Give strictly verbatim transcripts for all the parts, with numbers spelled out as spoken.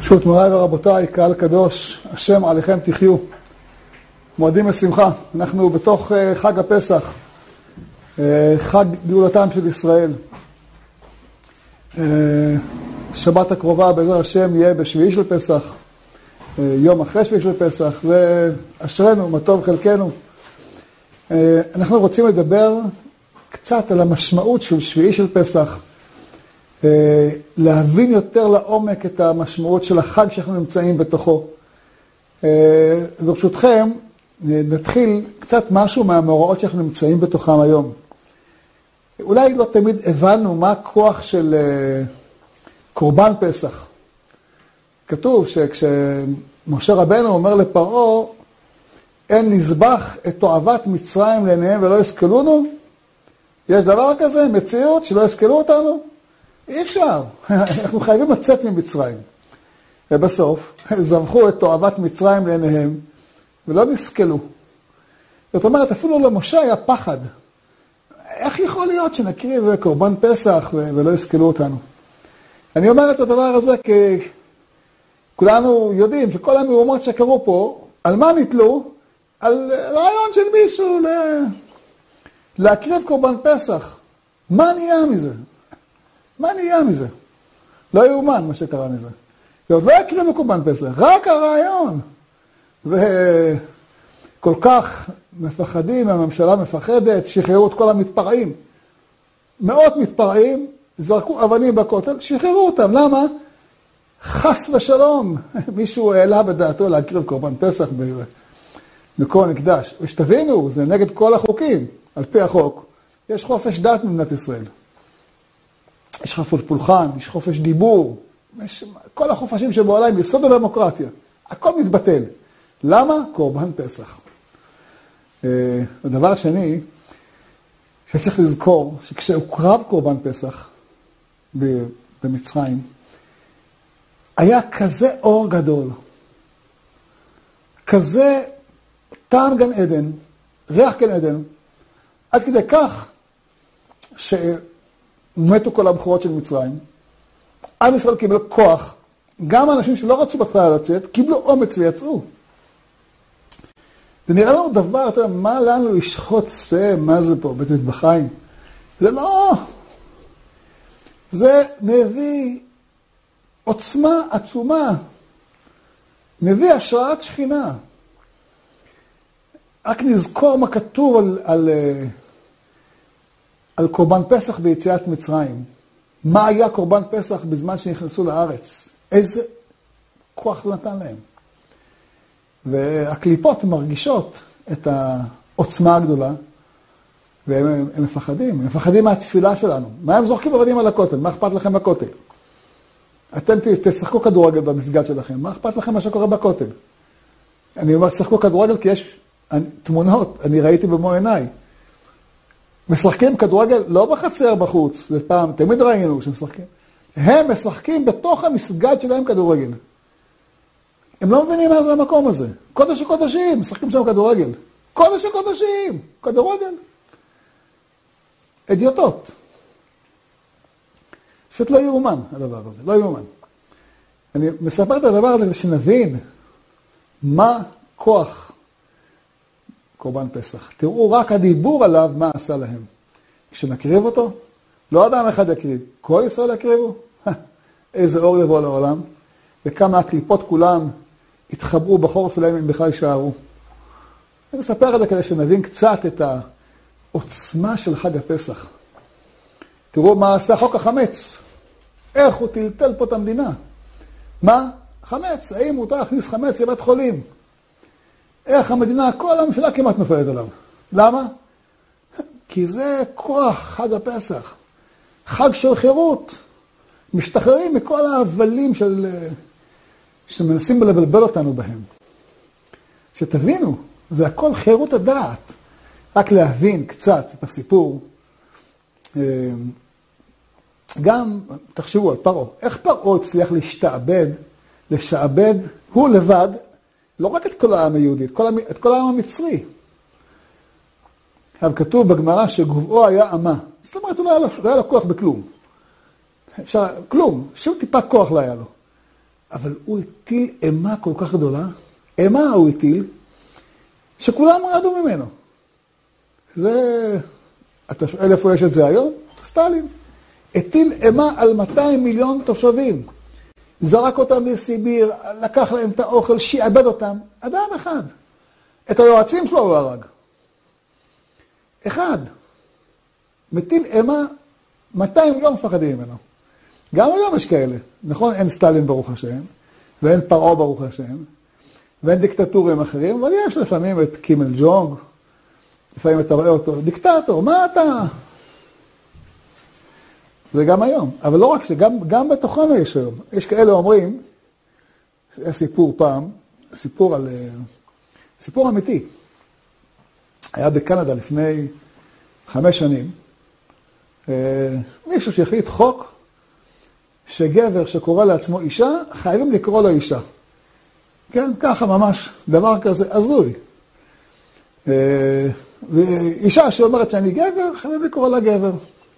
פשוט מוריי ורבותיי, קהל קדוש, השם עליכם תחיו. מועדים לשמחה. אנחנו בתוך חג הפסח, חג גאולתם של ישראל. שבת הקרובה בעזרת השם יהיה בשביעי של פסח, יום אחרי שביעי של פסח, ואשרנו, מה טוב חלקנו. אנחנו רוצים לדבר קצת על המשמעות של שביעי של פסח, להבין יותר לעומק את המשמעות של החג שאנחנו נמצאים בתוכו. ברשותכם, נתחיל קצת משהו מהמאורעות שאנחנו נמצאים בתוכם היום. אולי לא תמיד הבנו מה הכוח של קורבן פסח. כתוב שכשמשה רבנו אומר לפרעה, אין נזבח את תועבת מצרים לעיניהם ולא יסכלונו, יש דבר כזה, מציאות שלא יסכלו אותנו? אי אפשר. אנחנו חייבים לצאת ממצרים. ובסוף, זבחו את תועבת מצרים לעיניהם, ולא נסכלו. זאת אומרת, אפילו למשה היה פחד. איך יכול להיות שנקריב קורבן פסח ולא יסכלו אותנו? אני אומר את הדבר הזה כי כולנו יודעים שכל המהומות שקרו פה, על מה נתלו? על רעיון של מישהו ל... להקריב קורבן פסח. מה נהיה מזה? מה נהיה מזה? לא יאומן מה שקרה מזה. זה עוד לא יקריבו קורבן פסח, רק הרעיון. וכל כך מפחדים, הממשלה מפחדת, שחררו את כל המתפרעים. מאות מתפרעים, זרקו אבנים בכותל, שחררו אותם. למה? חס ושלום. מישהו העלה בדעתו להקריב קורבן פסח במקום המקדש. ושתבינו, זה נגד כל החוקים. על פי החוק, יש חופש דת במדינת ישראל. יש חופש פולחן, יש חופש דיבור, יש כל החופשים שבעולם, יסוד הדמוקרטיה. הכל מתבטל. למה? קורבן פסח. הדבר השני, שצריך לזכור, שכשהוקרב קורבן פסח במצרים, היה כזה אור גדול, כזה טעם גן עדן, ריח גן עדן, עד כדי כך שמתו כל הבחורות של מצרים, עם ישראל קיבל כוח, גם האנשים שלא רצו בכלל לצאת, קיבלו אומץ ויצאו. זה נראה לנו דבר, אתה יודע, מה לנו לשחוט שא, מה זה פה, בית מטבחיים? זה לא. זה מביא עוצמה עצומה, מביא השראת שכינה. רק נזכור מה כתוב על, על, על קורבן פסח ביציאת מצרים. מה היה קורבן פסח בזמן שנכנסו לארץ? איזה כוח זה נתן להם. והקליפות מרגישות את העוצמה הגדולה, והם הם מפחדים. הם מפחדים מהתפילה שלנו. מה הם זורקים עבדים על הכותל? מה אכפת לכם בכותל? אתם תשחקו כדורגל במסגד שלכם. מה אכפת לכם מה שקורה בכותל? אני אומר, תשחקו כדורגל כי יש תמונות, אני ראיתי במו עיניי. משחקים כדורגל לא בחצר בחוץ, זה פעם, תמיד ראינו שמשחקים. הם משחקים בתוך המסגד שלהם כדורגל. הם לא מבינים מה זה המקום הזה. קודש הקודשים, משחקים שם כדורגל. קודש הקודשים, כדורגל. אדיוטות. פשוט לא יאומן הדבר הזה, לא יאומן. אני מספר את הדבר הזה כדי שנבין מה כוח קורבן פסח. תראו רק הדיבור עליו מה עשה להם. כשנקריב אותו, לא אדם אחד יקריב, כל ישראל יקריבו. איזה אור יבוא לעולם, וכמה הקליפות כולם התחברו בחורף שלהם אם בכלל יישארו. אני אספר את זה כדי שנבין קצת את העוצמה של חג הפסח. תראו מה עשה חוק החמץ. איך הוא טלטל פה את המדינה. מה? חמץ. האם מותר להכניס חמץ לבית חולים? איך המדינה, כל הממשלה כמעט נופלת עליו. למה? כי זה כוח חג הפסח. חג של חירות. משתחררים מכל ההבלים של... שמנסים לבלבל אותנו בהם. שתבינו, זה הכל חירות הדעת. רק להבין קצת את הסיפור. גם, תחשבו על פרעה. איך פרעה הצליח להשתעבד, לשעבד, הוא לבד, לא רק את כל העם היהודי, את כל, את כל העם המצרי. אבל כתוב בגמרא שגובעו היה אמה. זאת אומרת, הוא לא היה לו, לא היה לו כוח בכלום. אפשר, כלום, שום טיפה כוח לא היה לו. אבל הוא הטיל אימה כל כך גדולה, אימה הוא הטיל, שכולם רעדו ממנו. זה, אתה שואל איפה יש את זה היום? סטלין. הטיל אימה על מאתיים מיליון תושבים. זרק אותם לסיביר, לקח להם את האוכל, שיעבד אותם. אדם אחד. את היועצים שלו הוא הרג. אחד. מטיל אימה, מאתיים מיליון מפחדים ממנו. גם היום יש כאלה. נכון, אין סטלין ברוך השם, ואין פרעה ברוך השם, ואין דיקטטורים אחרים, אבל יש לפעמים את קימל ג'ונג, לפעמים אתה רואה אותו, דיקטטור, מה אתה? זה גם היום. אבל לא רק שגם גם בתוכנו יש היום. יש כאלה אומרים, זה סיפור פעם, סיפור על, סיפור אמיתי. היה בקנדה לפני חמש שנים, מישהו שהחליט חוק, שגבר שקורא לעצמו אישה, חייבים לקרוא לו אישה. כן, ככה ממש, דבר כזה הזוי. ואישה שאומרת שאני גבר, חייבים לקרוא לה גבר.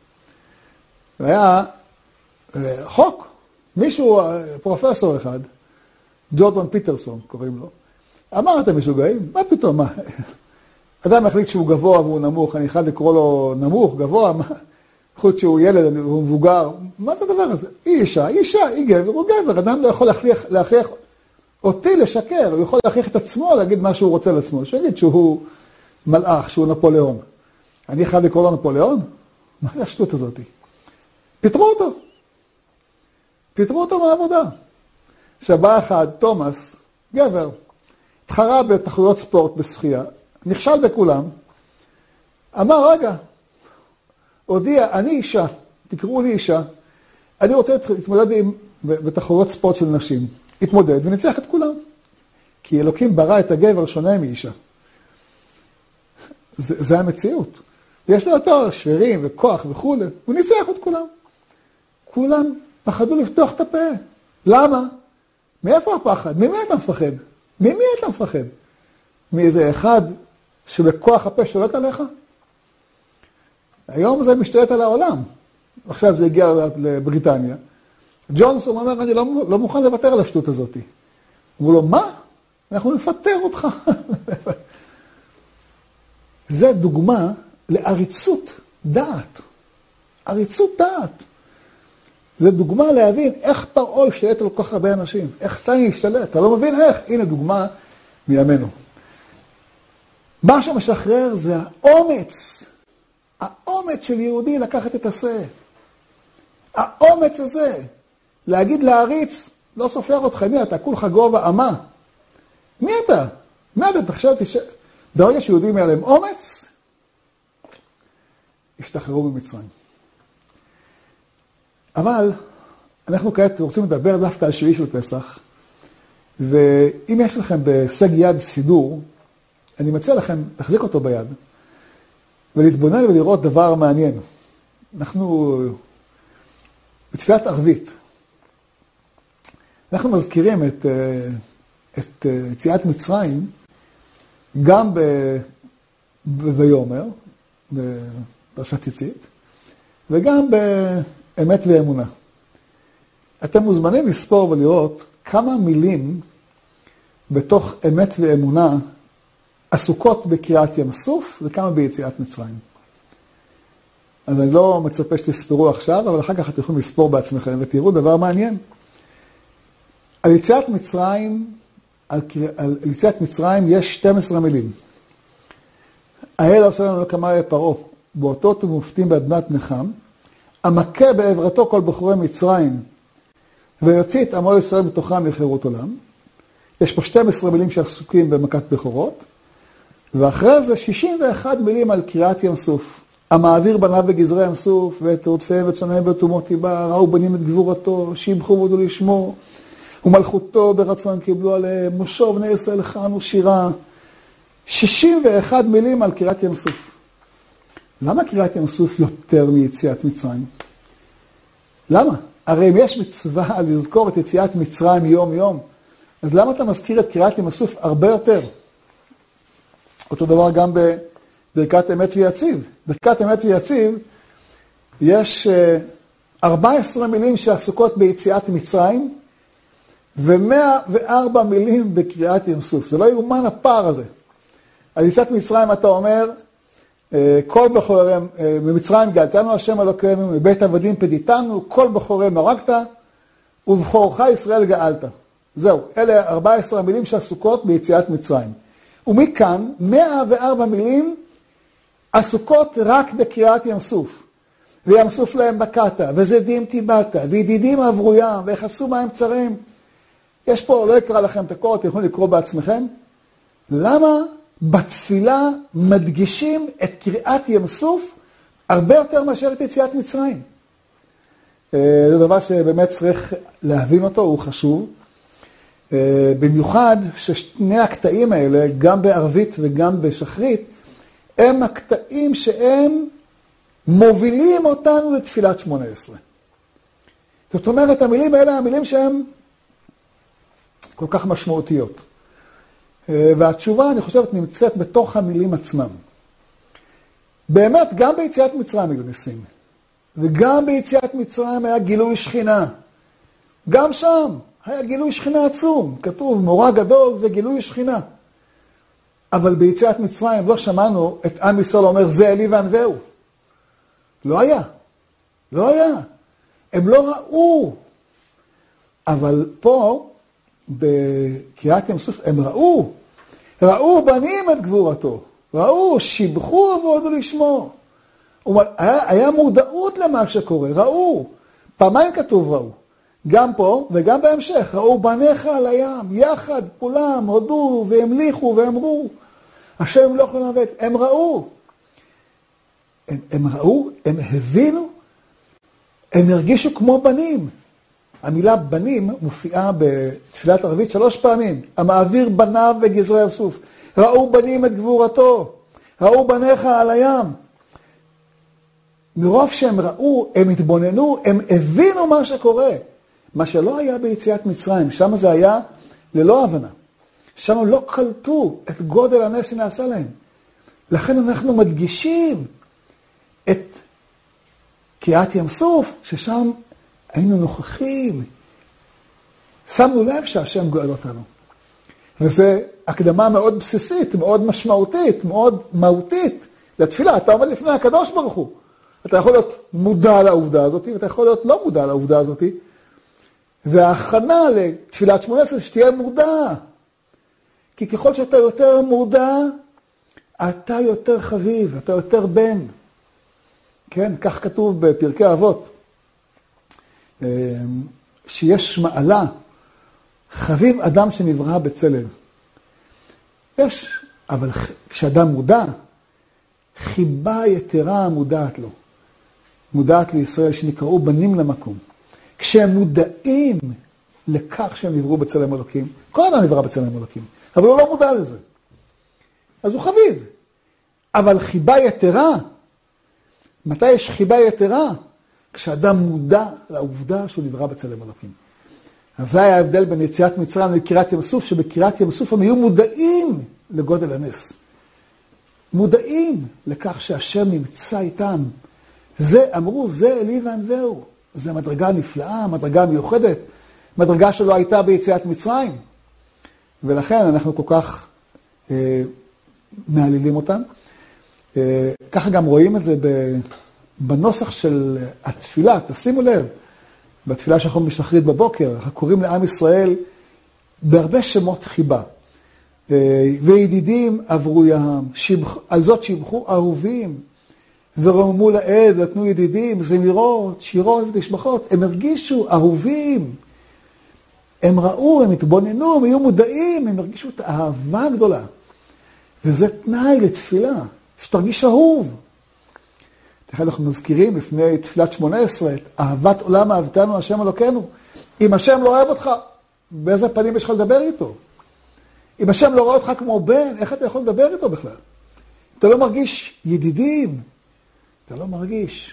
והיה חוק, מישהו, פרופסור אחד, ג'ורדן פיטרסון קוראים לו, אמר אתם משוגעים? מה פתאום, מה? אדם החליט שהוא גבוה והוא נמוך, אני חייב לקרוא לו נמוך, גבוה, מה? חוץ שהוא ילד, הוא מבוגר, מה זה הדבר הזה? היא אישה, היא אישה, היא גבר, הוא גבר, אדם לא יכול להכריח, להכריח אותי לשקר, הוא יכול להכריח את עצמו להגיד מה שהוא רוצה לעצמו, שיגיד שהוא מלאך, שהוא נפוליאון. אני חייב לקרוא לו נפוליאון? מה זה השטות הזאת? פיתרו אותו. פיתרו אותו מהעבודה. שבא אחד, תומאס, גבר, התחרה בתחרויות ספורט בשחייה, נכשל בכולם, אמר, רגע, הודיע, אני אישה, תקראו לי אישה, אני רוצה להתמודד עם, בתחרויות ספורט של נשים. התמודד וניצח את כולם. כי אלוקים ברא את הגבר שונה מאישה. זה, זה המציאות. יש לו יותר שרירים וכוח וכו'. הוא ניצח את כולם. כולם פחדו לפתוח את הפה. למה? מאיפה הפחד? ממי אתה מפחד? ממי אתה מפחד? מאיזה אחד שבכוח הפה שולט עליך? היום זה משתלט על העולם. עכשיו זה הגיע לבריטניה. ג'ונסון אומר, אני לא, לא מוכן לוותר על השטות הזאת. אמרו לו, מה? אנחנו נפטר אותך. זה דוגמה לעריצות דעת. עריצות דעת. זה דוגמה להבין איך פרעה השתלט על כל כך הרבה אנשים. איך סטלין השתלט. אתה לא מבין איך. הנה דוגמה מימינו. מה שמשחרר זה האומץ. האומץ של יהודי לקחת את השא. האומץ הזה. להגיד להריץ, לא סופר אותך, מי אתה? כולך גובה אמה. מי אתה? מי אתה? תחשב, תשב. ברגע שיהודים היה להם אומץ, השתחררו במצרים. אבל אנחנו כעת רוצים לדבר דווקא על שביעי של פסח, ואם יש לכם בהישג יד סידור, אני מציע לכם להחזיק אותו ביד, ולהתבונן ולראות דבר מעניין. אנחנו בתפילת ערבית, אנחנו מזכירים את, את יציאת מצרים גם ביומר, בפרשת ציצית, וגם באמת ואמונה. אתם מוזמנים לספור ולראות כמה מילים בתוך אמת ואמונה עסוקות בקריאת ים סוף וכמה ביציאת מצרים. אז אני לא מצפה שתספרו עכשיו, אבל אחר כך אתם יכולים לספור בעצמכם ותראו דבר מעניין. על יציאת מצרים, על, על יציאת מצרים יש שתים עשרה מילים. האל עושה לנו כמה פרעה, באותות ומופתים באדמת נחם, המכה בעברתו כל בחורי מצרים, ויוציא את עמו ישראל בתוכם לחירות עולם. יש פה שתים עשרה מילים שעסוקים במכת בכורות, ואחרי זה שישים ואחת מילים על קריאת ים סוף. המעביר בניו בגזרי ים סוף, ואת רודפיהם וצונאיהם בתומות טיבה, ראו בנים את גבורתו, שיבחו ועודו לשמו, ומלכותו ברצון קיבלו עליהם, מושו בני ישראל חנו שירה. שישים ואחת מילים על קריאת ים סוף. למה קריאת ים סוף יותר מיציאת מצרים? למה? הרי אם יש מצווה לזכור את יציאת מצרים יום יום, אז למה אתה מזכיר את קריאת ים סוף הרבה יותר? אותו דבר גם בברכת אמת ויציב. ברכת אמת ויציב יש ארבע עשרה מילים שעסוקות ביציאת מצרים, ומאה וארבע מילים בקריאת ים סוף. זה לא יאומן הפער הזה. על יציאת מצרים אתה אומר, כל בחוריהם, ממצרים גאלתנו השם אלוקינו, מבית עבדים פדיתנו, כל בחוריהם הרגת, ובחורך ישראל גאלת. זהו, אלה ארבע עשרה מילים שעסוקות ביציאת מצרים. ומכאן, מאה וארבע מילים עסוקות רק בקריאת ים סוף. וים סוף להם בקעת, וזדים תיבאת, וידידים עברו ים, ויחסו מים צרים. יש פה, לא אקרא לכם את הכל, אתם יכולים לקרוא בעצמכם. למה בתפילה מדגישים את קריאת ים סוף הרבה יותר מאשר את יציאת מצרים? זה דבר שבאמת צריך להבין אותו, הוא חשוב. במיוחד ששני הקטעים האלה, גם בערבית וגם בשחרית, הם הקטעים שהם מובילים אותנו לתפילת שמונה עשרה. זאת אומרת, המילים האלה, המילים שהם כל כך משמעותיות. והתשובה, אני חושבת, נמצאת בתוך המילים עצמם. באמת, גם ביציאת מצרים היו ניסים. וגם ביציאת מצרים היה גילוי שכינה. גם שם היה גילוי שכינה עצום. כתוב, מורה גדול זה גילוי שכינה. אבל ביציאת מצרים לא שמענו את עם ישראל אומר, זה אלי וענווהו. לא היה. לא היה. הם לא ראו. אבל פה, בקריאת ים סוף, הם ראו. ראו בנים את גבורתו. ראו, שיבחו ועודו לשמו. היה, היה מודעות למה שקורה. ראו. פעמיים כתוב ראו. גם פה וגם בהמשך. ראו בניך על הים. יחד כולם הודו והמליכו ואמרו. השם לא יכולים לעבוד. הם ראו. הם, הם ראו, הם הבינו, הם הרגישו כמו בנים. המילה בנים מופיעה בתפילת ערבית שלוש פעמים. המעביר בניו וגזרי ים סוף. ראו בנים את גבורתו. ראו בניך על הים. מרוב שהם ראו, הם התבוננו, הם הבינו מה שקורה. מה שלא היה ביציאת מצרים. שם זה היה ללא הבנה. שם לא קלטו את גודל הנס שנעשה להם. לכן אנחנו מדגישים את קריאת ים סוף, ששם היינו נוכחים. שמנו לב שהשם גואל אותנו. וזו הקדמה מאוד בסיסית, מאוד משמעותית, מאוד מהותית לתפילה. אתה עומד לפני הקדוש ברוך הוא. אתה יכול להיות מודע לעובדה הזאת, ואתה יכול להיות לא מודע לעובדה הזאת. וההכנה לתפילת שמונה עשרה שתהיה מודע. כי ככל שאתה יותר מודע, אתה יותר חביב, אתה יותר בן. כן, כך כתוב בפרקי אבות. שיש מעלה, חביב אדם שנברא בצלם. יש, אבל כשאדם מודע, חיבה יתרה מודעת לו. מודעת לישראל שנקראו בנים למקום. כשהם מודעים לכך שהם נבראו בצלם אלוקים, כל אדם נברא בצלם אלוקים, אבל הוא לא מודע לזה. אז הוא חביב. אבל חיבה יתרה, מתי יש חיבה יתרה? כשאדם מודע לעובדה שהוא נברא בצלם אלוקים. אז זה היה ההבדל בין יציאת מצרים לקריאת ים סוף, שבקריאת ים סוף הם היו מודעים לגודל הנס. מודעים לכך שהשם נמצא איתם. זה, אמרו, זה אלי וענווהו. זה מדרגה נפלאה, מדרגה מיוחדת, מדרגה שלא הייתה ביציאת מצרים. ולכן אנחנו כל כך אה, מעלילים אותם. אה, ככה גם רואים את זה בנוסח של התפילה, תשימו לב, בתפילה שאנחנו משחרית בבוקר, אנחנו קוראים לעם ישראל בהרבה שמות חיבה. וידידים עברו ים, שיבח, על זאת שיבחו אהובים, ורוממו לעד, נתנו ידידים, זמירות, שירות ותשבחות. הם הרגישו אהובים, הם ראו, הם התבוננו, הם היו מודעים, הם הרגישו את האהבה הגדולה. וזה תנאי לתפילה, שתרגיש אהוב. לכן אנחנו מזכירים לפני תפילת שמונה עשרה, את אהבת עולם אהבתנו השם אלוקינו. אם השם לא אוהב אותך, באיזה פנים יש לך לדבר איתו? אם השם לא רואה אותך כמו בן, איך אתה יכול לדבר איתו בכלל? אתה לא מרגיש ידידים, אתה לא מרגיש.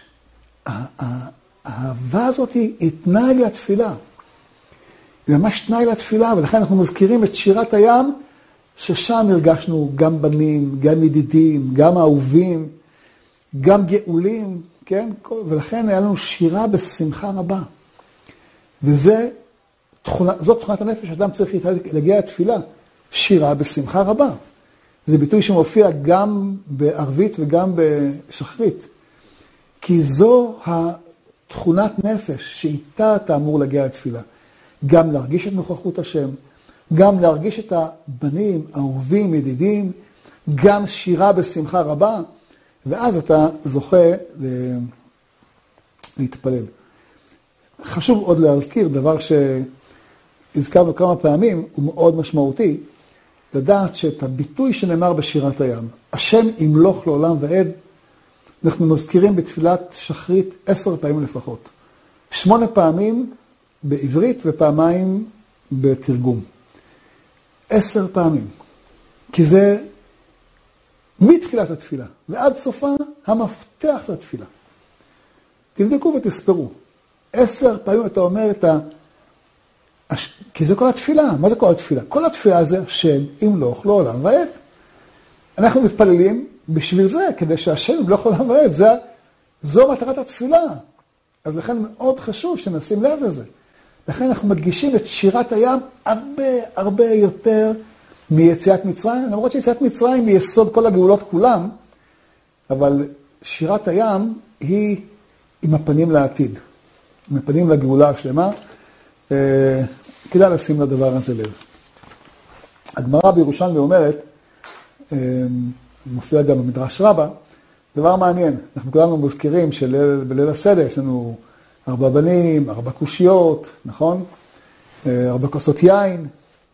האהבה הזאת היא תנאי לתפילה. היא ממש תנאי לתפילה, ולכן אנחנו מזכירים את שירת הים, ששם הרגשנו גם בנים, גם ידידים, גם אהובים, גם גאולים, כן? ולכן היה לנו שירה בשמחה רבה. וזה תכונה, זאת תכונת הנפש, אדם צריך להגיע לתפילה, שירה בשמחה רבה. זה ביטוי שמופיע גם בערבית וגם בשחרית. כי זו התכונת נפש שאיתה אתה אמור להגיע לתפילה. גם להרגיש את נוכחות השם, גם להרגיש את הבנים, אהובים, ידידים, גם שירה בשמחה רבה, ואז אתה זוכה להתפלל. חשוב עוד להזכיר, דבר שהזכרנו כמה פעמים, הוא מאוד משמעותי, לדעת שאת הביטוי שנאמר בשירת הים, השם ימלוך לעולם ועד, אנחנו מזכירים בתפילת שחרית עשר פעמים לפחות. שמונה פעמים בעברית ופעמיים בתרגום. עשר פעמים. כי זה מתחילת התפילה ועד סופה המפתח לתפילה. תבדקו ותספרו. עשר פעמים אתה אומר את ה... כי זה כל התפילה. מה זה כל התפילה? כל התפילה זה השם ימלוך לעולם ועד. אנחנו מתפללים בשביל זה, כדי שהשם ימלוך לעולם ועד. זה, זו מטרת התפילה. אז לכן מאוד חשוב שנשים לב לזה. לכן אנחנו מדגישים את שירת הים הרבה הרבה יותר מיציאת מצרים. למרות שיציאת מצרים היא יסוד כל הגאולות כולם, אבל שירת הים היא עם הפנים לעתיד. עם הפנים לגאולה השלמה. אה, כדאי לשים לדבר הזה לב. הגמרא בירושלמי אומרת, אה, מופיע גם במדרש רבה, דבר מעניין. אנחנו כולנו מזכירים שבליל הסדר יש לנו ארבע בנים, ארבע קושיות, נכון? ארבע כוסות יין.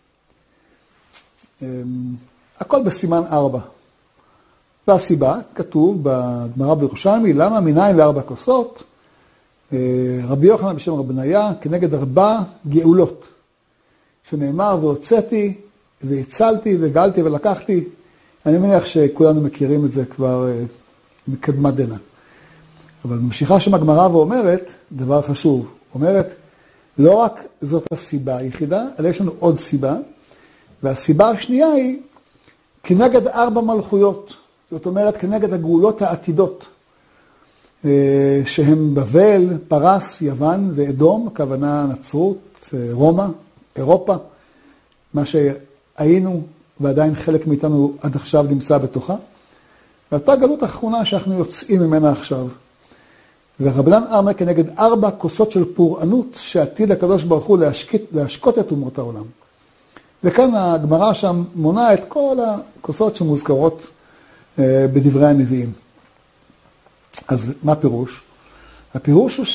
הכל בסימן ארבע. והסיבה, כתוב בגמרא בירושלמי, למה מניין לארבע כוסות? רבי יוחנן בשם רבי בניה, כנגד ארבע גאולות. שנאמר, והוצאתי, והצלתי, וגאלתי ולקחתי. אני מניח שכולנו מכירים את זה כבר מקדמת דנא. אבל ממשיכה שם הגמרא ואומרת, דבר חשוב, אומרת, לא רק זאת הסיבה היחידה, אלא יש לנו עוד סיבה, והסיבה השנייה היא כנגד ארבע מלכויות, זאת אומרת כנגד הגאולות העתידות, שהם בבל, פרס, יוון ואדום, הכוונה נצרות, רומא, אירופה, מה שהיינו ועדיין חלק מאיתנו עד עכשיו נמצא בתוכה, ואותה גלות האחרונה שאנחנו יוצאים ממנה עכשיו. ורבנן אמר כנגד ארבע כוסות של פורענות שעתיד הקדוש ברוך הוא להשקות, להשקות את אומות העולם. וכאן הגמרא שם מונה את כל הכוסות שמוזכרות אה, בדברי הנביאים. אז מה פירוש? הפירוש הוא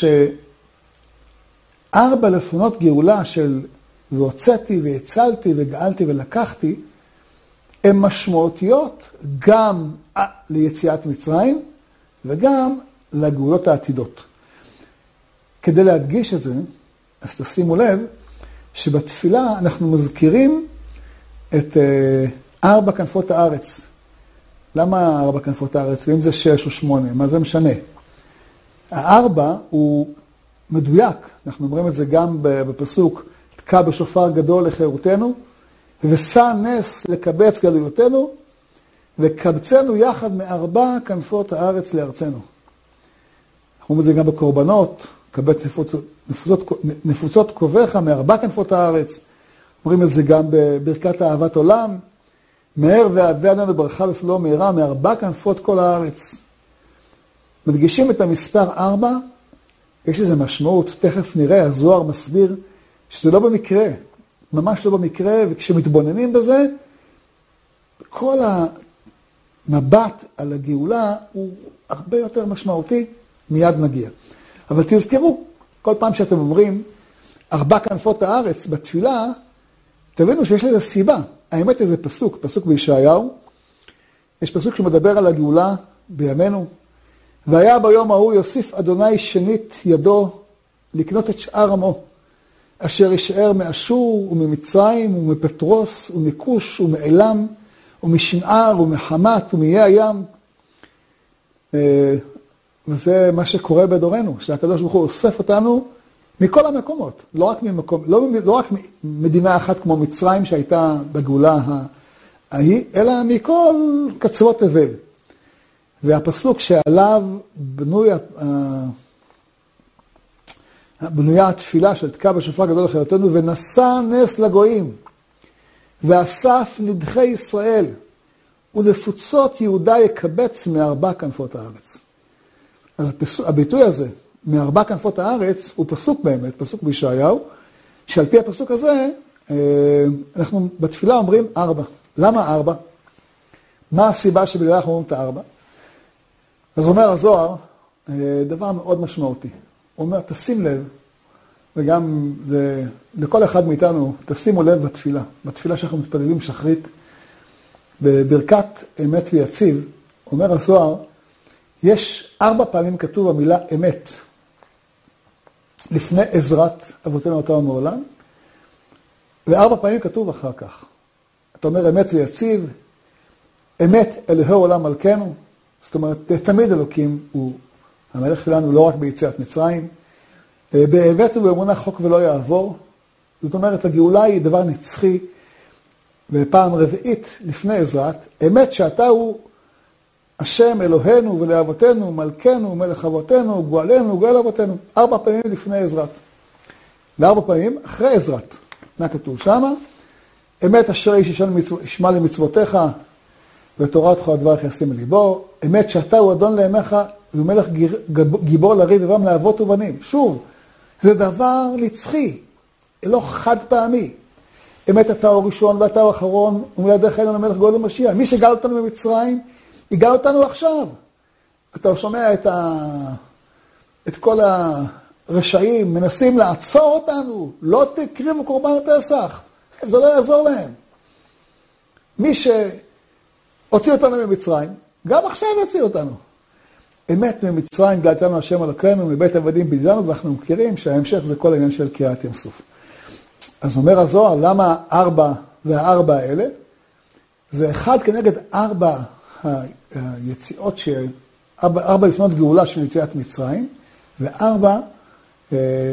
שארבע לפונות גאולה של והוצאתי והצלתי וגאלתי ולקחתי, הן משמעותיות גם ליציאת מצרים וגם לגאולות העתידות. כדי להדגיש את זה, אז תשימו לב שבתפילה אנחנו מזכירים את ארבע כנפות הארץ. למה ארבע כנפות הארץ? ואם זה שש או שמונה, מה זה משנה? הארבע הוא מדויק, אנחנו אומרים את זה גם בפסוק, תקע בשופר גדול לחירותנו, ושא נס לקבץ גלויותינו, וקבצנו יחד מארבע כנפות הארץ לארצנו. אנחנו אומרים את זה גם בקורבנות, קבץ נפוצות, נפוצות, נפוצות קובך מארבע כנפות הארץ. אומרים את זה גם בברכת אהבת עולם, מהר והבא לנו ברכה ופלוא מהרה מארבע כנפות כל הארץ. מדגישים את המספר ארבע, יש לזה משמעות, תכף נראה, הזוהר מסביר שזה לא במקרה, ממש לא במקרה, וכשמתבוננים בזה, כל המבט על הגאולה הוא הרבה יותר משמעותי, מיד נגיע. אבל תזכרו, כל פעם שאתם אומרים, ארבע כנפות הארץ בתפילה, תבינו שיש לזה סיבה. האמת היא זה פסוק, פסוק בישעיהו, יש פסוק שמדבר על הגאולה בימינו, והיה ביום ההוא יוסיף אדוני שנית ידו לקנות את שאר עמו, אשר יישאר מאשור וממצרים ומפטרוס ומכוש ומאלם ומשנער ומחמת ומאיי הים. וזה מה שקורה בדורנו, שהקדוש ברוך הוא אוסף אותנו מכל המקומות, לא רק ממקום, לא, לא רק מדינה אחת כמו מצרים שהייתה בגאולה ההיא, אלא מכל קצוות תבל. והפסוק שעליו בנוי בנויה התפילה של תקע בשופר גדול לחיותנו, ונשא נס לגויים, ואסף נדחי ישראל, ולפוצות יהודה יקבץ מארבע כנפות הארץ. אז הפסוק, הביטוי הזה, מארבע כנפות הארץ, הוא פסוק באמת, פסוק בישעיהו, שעל פי הפסוק הזה, אנחנו בתפילה אומרים ארבע. למה ארבע? מה הסיבה שבגלל אנחנו אומרים את הארבע? אז אומר הזוהר, דבר מאוד משמעותי. הוא אומר, תשים לב, וגם זה, לכל אחד מאיתנו, תשימו לב בתפילה. בתפילה שאנחנו מתפללים שחרית, בברכת אמת ויציב, אומר הזוהר, יש ארבע פעמים כתוב המילה אמת, לפני עזרת אבותינו אותם מעולם, וארבע פעמים כתוב אחר כך. אתה אומר אמת ויציב, אמת אלוהי עולם מלכנו, זאת אומרת, תמיד אלוקים הוא המלך שלנו, לא רק ביציאת מצרים, באמת ובאמונה חוק ולא יעבור, זאת אומרת, הגאולה היא דבר נצחי, ופעם רביעית לפני עזרת, אמת שאתה הוא השם אלוהינו ולאבותינו, מלכנו, מלך אבותינו, גואלנו, גואל אבותינו, ארבע פעמים לפני עזרת. וארבע פעמים אחרי עזרת. מה כתוב שמה? אמת אשר איש ישמע למצוותיך, ותורתך הדברך ישים לליבו, אמת שאתה הוא אדון לימיך, ומלך גיבור לריב ובם לאבות ובנים. שוב, זה דבר נצחי, לא חד פעמי. אמת אתה הוא ראשון ואתה הוא אחרון, ומידך אלינו למלך גואל ומשיח. מי שגאל אותנו במצרים, יגאל אותנו עכשיו. אתה שומע את, ה... את כל הרשעים, מנסים לעצור אותנו, לא תקריבו קורבן הפסח, זה לא יעזור להם. מי שהוציא אותנו ממצרים, גם עכשיו יוציא אותנו. אמת ממצרים גאלתנו השם אלוקינו, מבית עבדים בדידנו, ואנחנו מכירים שההמשך זה כל העניין של קריאת ים סוף. אז אומר הזוהר, למה ארבע והארבע האלה? זה אחד כנגד ארבע היציאות, ש... ארבע, ארבע לפנות גאולה של יציאת מצרים, וארבע אה,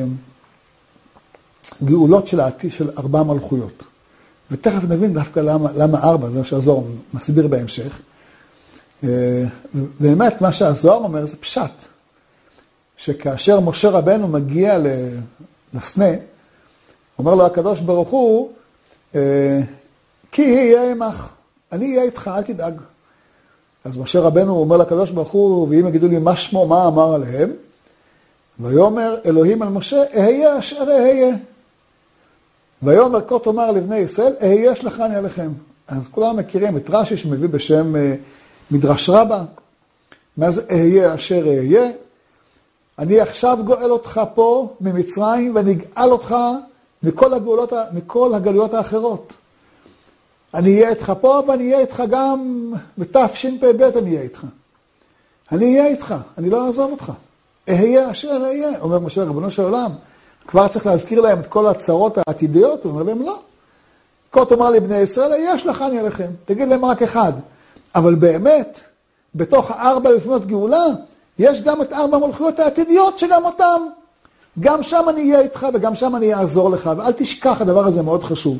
גאולות של העתיד של ארבע מלכויות. ותכף נבין דווקא למה, למה ארבע, זה מה שהזוהר מסביר בהמשך. אה, באמת מה שהזוהר אומר זה פשט, שכאשר משה רבנו מגיע לסנה, אומר לו הקדוש ברוך הוא, אה, כי יהיה עמך, אני אהיה איתך, אל תדאג. אז משה רבנו אומר לקדוש ברוך הוא, ואם יגידו לי מה שמו, מה אמר עליהם, ויאמר אלוהים על משה, אהיה אשר אהיה. ויאמר כה תאמר לבני ישראל, אהיה שלחני עליכם. אז כולם מכירים את רש"י שמביא בשם מדרש רבה, מה זה אהיה אשר אהיה? אני עכשיו גואל אותך פה ממצרים, ואני אגאל אותך מכל הגאולות, מכל הגלויות האחרות. אני אהיה איתך פה, ואני אהיה איתך גם בתשפ"ב אני אהיה איתך. אני אהיה איתך, אני לא אעזוב אותך. אהיה אשר אהיה, אומר משה רבנו של עולם. כבר צריך להזכיר להם את כל הצרות העתידיות, הוא אומר להם לא. כה תאמר לבני ישראל, אהיה שלחני עליכם. תגיד להם רק אחד. אבל באמת, בתוך הארבע לפנות גאולה, יש גם את ארבע מלכויות העתידיות שגם אותם. גם שם אני אהיה איתך וגם שם אני אעזור לך. ואל תשכח, הדבר הזה מאוד חשוב.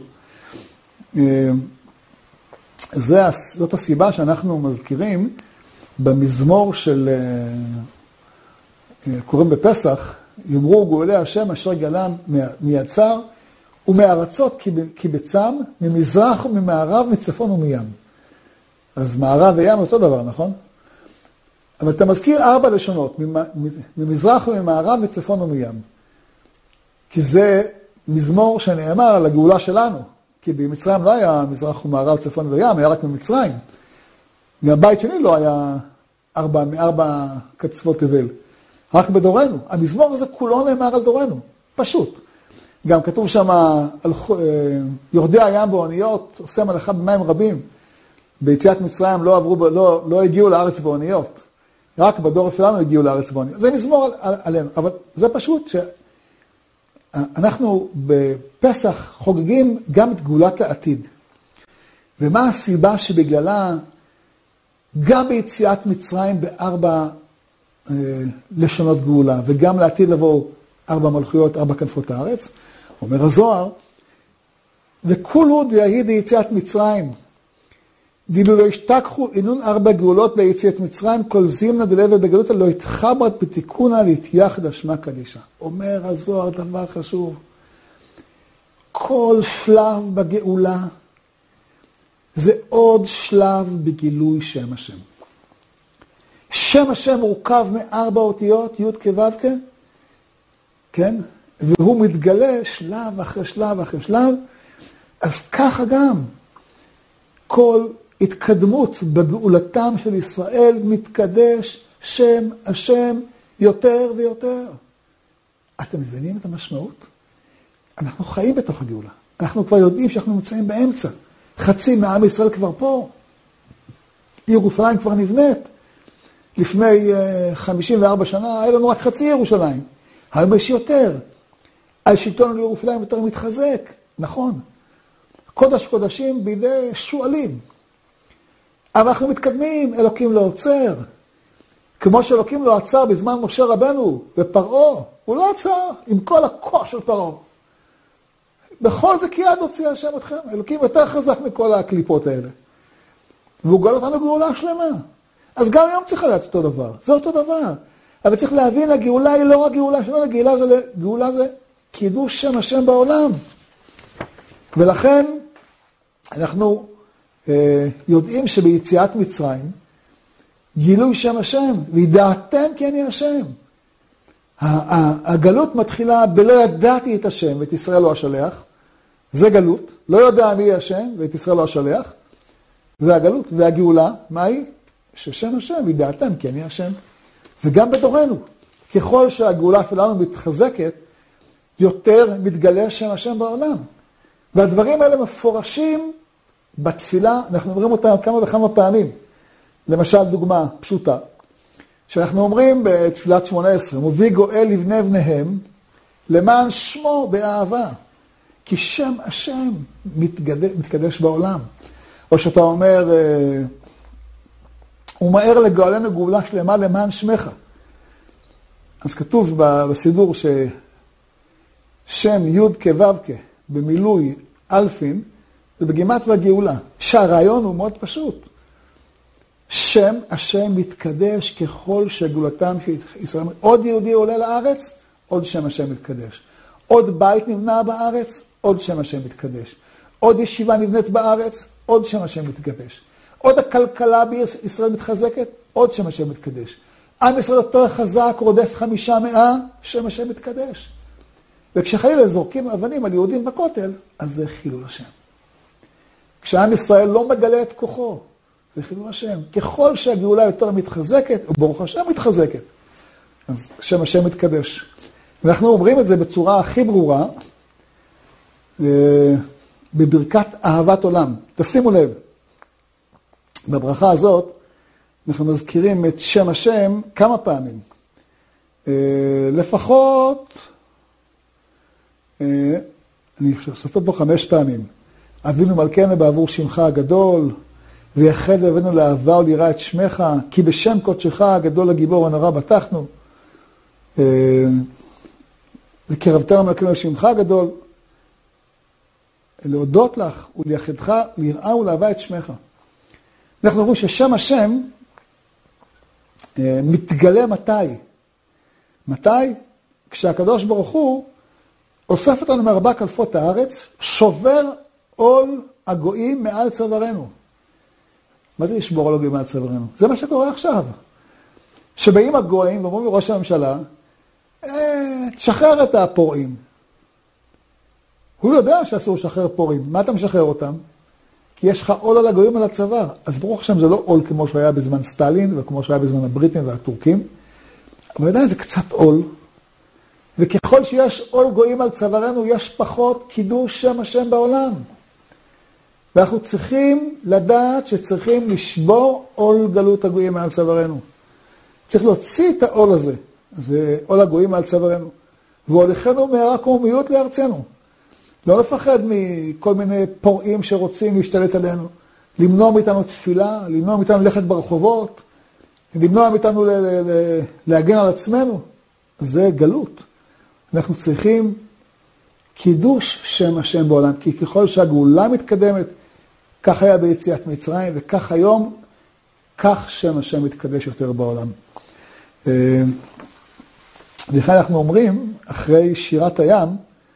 זה, זאת הסיבה שאנחנו מזכירים במזמור של, קוראים בפסח, יאמרו גואלי השם אשר גאלם מיצר ומארצות קיבצם, ממזרח וממערב, מצפון ומים. אז מערב וים אותו דבר, נכון? אבל אתה מזכיר ארבע לשונות, ממזרח וממערב, מצפון ומים. כי זה מזמור שנאמר על הגאולה שלנו. כי במצרים לא היה מזרח ומערב, צפון וים, היה רק ממצרים. מהבית שלי לא היה ארבע, מארבע קצוות תבל. רק בדורנו. המזמור הזה כולו נאמר על דורנו. פשוט. גם כתוב שם על יורדי הים באוניות, עושה מלאכה במים רבים. ביציאת מצרים לא עברו, לא, לא הגיעו לארץ באוניות. רק בדור שלנו הגיעו לארץ באוניות. זה מזמור על, על, עלינו. אבל זה פשוט ש... אנחנו בפסח חוגגים גם את גאולת העתיד. ומה הסיבה שבגללה גם ביציאת מצרים בארבע אה, לשונות גאולה, וגם לעתיד לבוא ארבע מלכויות, ארבע כנפות הארץ, אומר הזוהר, וכול הוא דהי דיציאת מצרים, דילו לא השתכחו אינון ארבע גאולות ביציאת מצרים, כל זימנה דלבל בגלות לא התחברת בתיקונה להתייחד השמה קדישה. אומר הזוהר דבר חשוב. כל שלב בגאולה זה עוד שלב בגילוי שם השם. שם השם מורכב מארבע אותיות, י' כו' כ', כן? והוא מתגלה שלב אחרי שלב אחרי שלב, אז ככה גם כל התקדמות בגאולתם של ישראל מתקדש שם השם יותר ויותר. אתם מבינים את המשמעות? אנחנו חיים בתוך הגאולה. אנחנו כבר יודעים שאנחנו נמצאים באמצע. חצי מעם ישראל כבר פה. ירושלים כבר נבנית. לפני חמישים וארבע שנה היה לנו רק חצי ירושלים. היום יש יותר. על שלטון ירושלים יותר מתחזק. נכון. קודש קודשים בידי שואלים. אבל אנחנו מתקדמים, אלוקים לא עוצר. כמו שאלוקים לא עצר בזמן משה רבנו בפרעה, הוא לא עצר עם כל הכוח של פרעה. בכל זה כי יד הוציא השם אתכם. אלוקים יותר חזק מכל הקליפות האלה. והוא גאל אותנו גאולה שלמה. אז גם היום צריך לדעת אותו דבר. זה אותו דבר. אבל צריך להבין, הגאולה היא לא רק גאולה שלנו, גאולה זה, גאולה זה קידוש שם השם בעולם. ולכן אנחנו אה, יודעים שביציאת מצרים, גילוי שם השם, וידעתם כי אני השם. הגלות מתחילה בלא ידעתי את השם ואת ישראל לא השלח. זה גלות. לא יודע מי השם ואת ישראל לא השלח. זה הגלות. והגאולה, מה היא? ששם השם, וידעתם כי אני השם. וגם בדורנו, ככל שהגאולה שלנו מתחזקת, יותר מתגלה שם השם בעולם. והדברים האלה מפורשים בתפילה, אנחנו אומרים אותם כמה וכמה פעמים. למשל, דוגמה פשוטה, שאנחנו אומרים בתפילת שמונה עשרה, מוביא גואל לבני בניהם, למען שמו באהבה, כי שם השם מתקדש, מתקדש בעולם. או שאתה אומר, הוא מהר לגאלנו גאולה שלמה למען שמך. אז כתוב בסידור ששם י' כו' כ' במילוי אלפין, זה בגימטריה גאולה. שהרעיון הוא מאוד פשוט. שם השם מתקדש ככל שגאולתם של ישראל. עוד יהודי עולה לארץ, עוד שם השם מתקדש. עוד בית נבנה בארץ, עוד שם השם מתקדש. עוד ישיבה נבנית בארץ, עוד שם השם מתקדש. עוד הכלכלה בישראל מתחזקת, עוד שם השם מתקדש. עם ישראל יותר חזק, רודף חמישה מאה, שם השם מתקדש. וכשחלילה זורקים אבנים על יהודים בכותל, אז זה חילול השם. כשעם ישראל לא מגלה את כוחו, זה חילול השם. ככל שהגאולה יותר מתחזקת, וברוך השם מתחזקת, אז שם השם מתקדש. ואנחנו אומרים את זה בצורה הכי ברורה, בברכת אהבת עולם. תשימו לב, בברכה הזאת, אנחנו מזכירים את שם השם כמה פעמים. לפחות, אני סופר פה חמש פעמים. אבינו מלכנו בעבור שמך הגדול, ויחד לבנו לאהבה וליראה את שמך, כי בשם קודשך הגדול הגיבור הנורא בטחנו. וקרבתנו מלכנו לשמך הגדול, להודות לך ולייחדך, ליראה ולאהבה את שמך. אנחנו רואים ששם השם מתגלה מתי? מתי? כשהקדוש ברוך הוא אוסף אותנו מארבע כנפות הארץ, שובר עול הגויים מעל צווארנו. מה זה ישבור עול הגויים מעל צווארנו? זה מה שקורה עכשיו. שבאים הגויים ואומרים לראש הממשלה, אה, תשחרר את הפורעים. הוא יודע שאסור לשחרר פורעים. מה אתה משחרר אותם? כי יש לך עול על הגויים על הצוואר. אז ברוך השם זה לא עול כמו שהיה בזמן סטלין וכמו שהיה בזמן הבריטים והטורקים. אבל עדיין זה קצת עול. וככל שיש עול גויים על צווארנו, יש פחות קידוש שם השם בעולם. ואנחנו צריכים לדעת שצריכים לשבור עול גלות הגויים מעל צווארנו. צריך להוציא את העול הזה. זה עול הגויים מעל צווארנו. והוליכנו מהרה קוממיות לארצנו. לא לפחד מכל מיני פורעים שרוצים להשתלט עלינו. למנוע מאיתנו תפילה, למנוע מאיתנו ללכת ברחובות, למנוע מאיתנו ל- ל- ל- להגן על עצמנו. זה גלות. אנחנו צריכים קידוש שם השם בעולם, כי ככל שהגאולה מתקדמת, כך היה ביציאת מצרים, וכך היום, כך שם השם מתקדש יותר בעולם. ולכן אנחנו אומרים, אחרי שירת הים,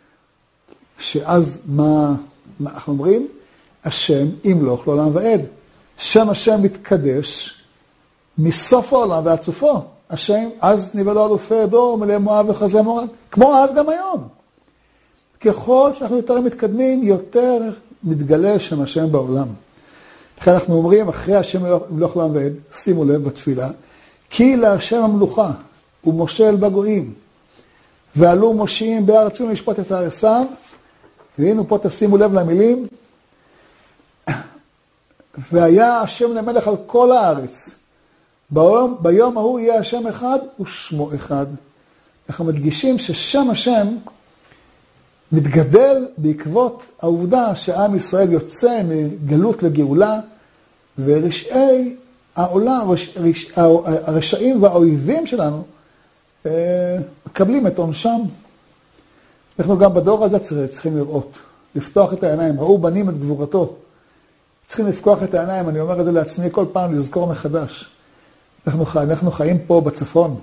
שאז מה, מה אנחנו אומרים? השם ימלוך לעולם ועד. שם השם מתקדש מסוף העולם ועד סופו. השם, אז נבהלו אלופי דור, מלא מואב וחזה מורד, כמו אז גם היום. ככל שאנחנו יותר מתקדמים, יותר מתגלה שם השם בעולם. לכן אנחנו אומרים, אחרי השם ימלוך לעולם ועד, שימו לב בתפילה, כי להשם המלוכה, הוא מושל בגויים, ועלו מושיעים בארצנו לשפוט את הארציו, והנה פה תשימו לב למילים, והיה השם למלך על כל הארץ, ביום, ביום ההוא יהיה השם אחד ושמו אחד. אנחנו מדגישים ששם השם מתגדל בעקבות העובדה שעם ישראל יוצא מגלות לגאולה, ורשעי העולם, רש, הרשעים והאויבים שלנו, מקבלים את עונשם. אנחנו גם בדור הזה צריכים לראות, לפתוח את העיניים. ראו בנים את גבורתו. צריכים לפקוח את העיניים, אני אומר את זה לעצמי כל פעם, לזכור מחדש. אנחנו, חי, אנחנו חיים פה בצפון,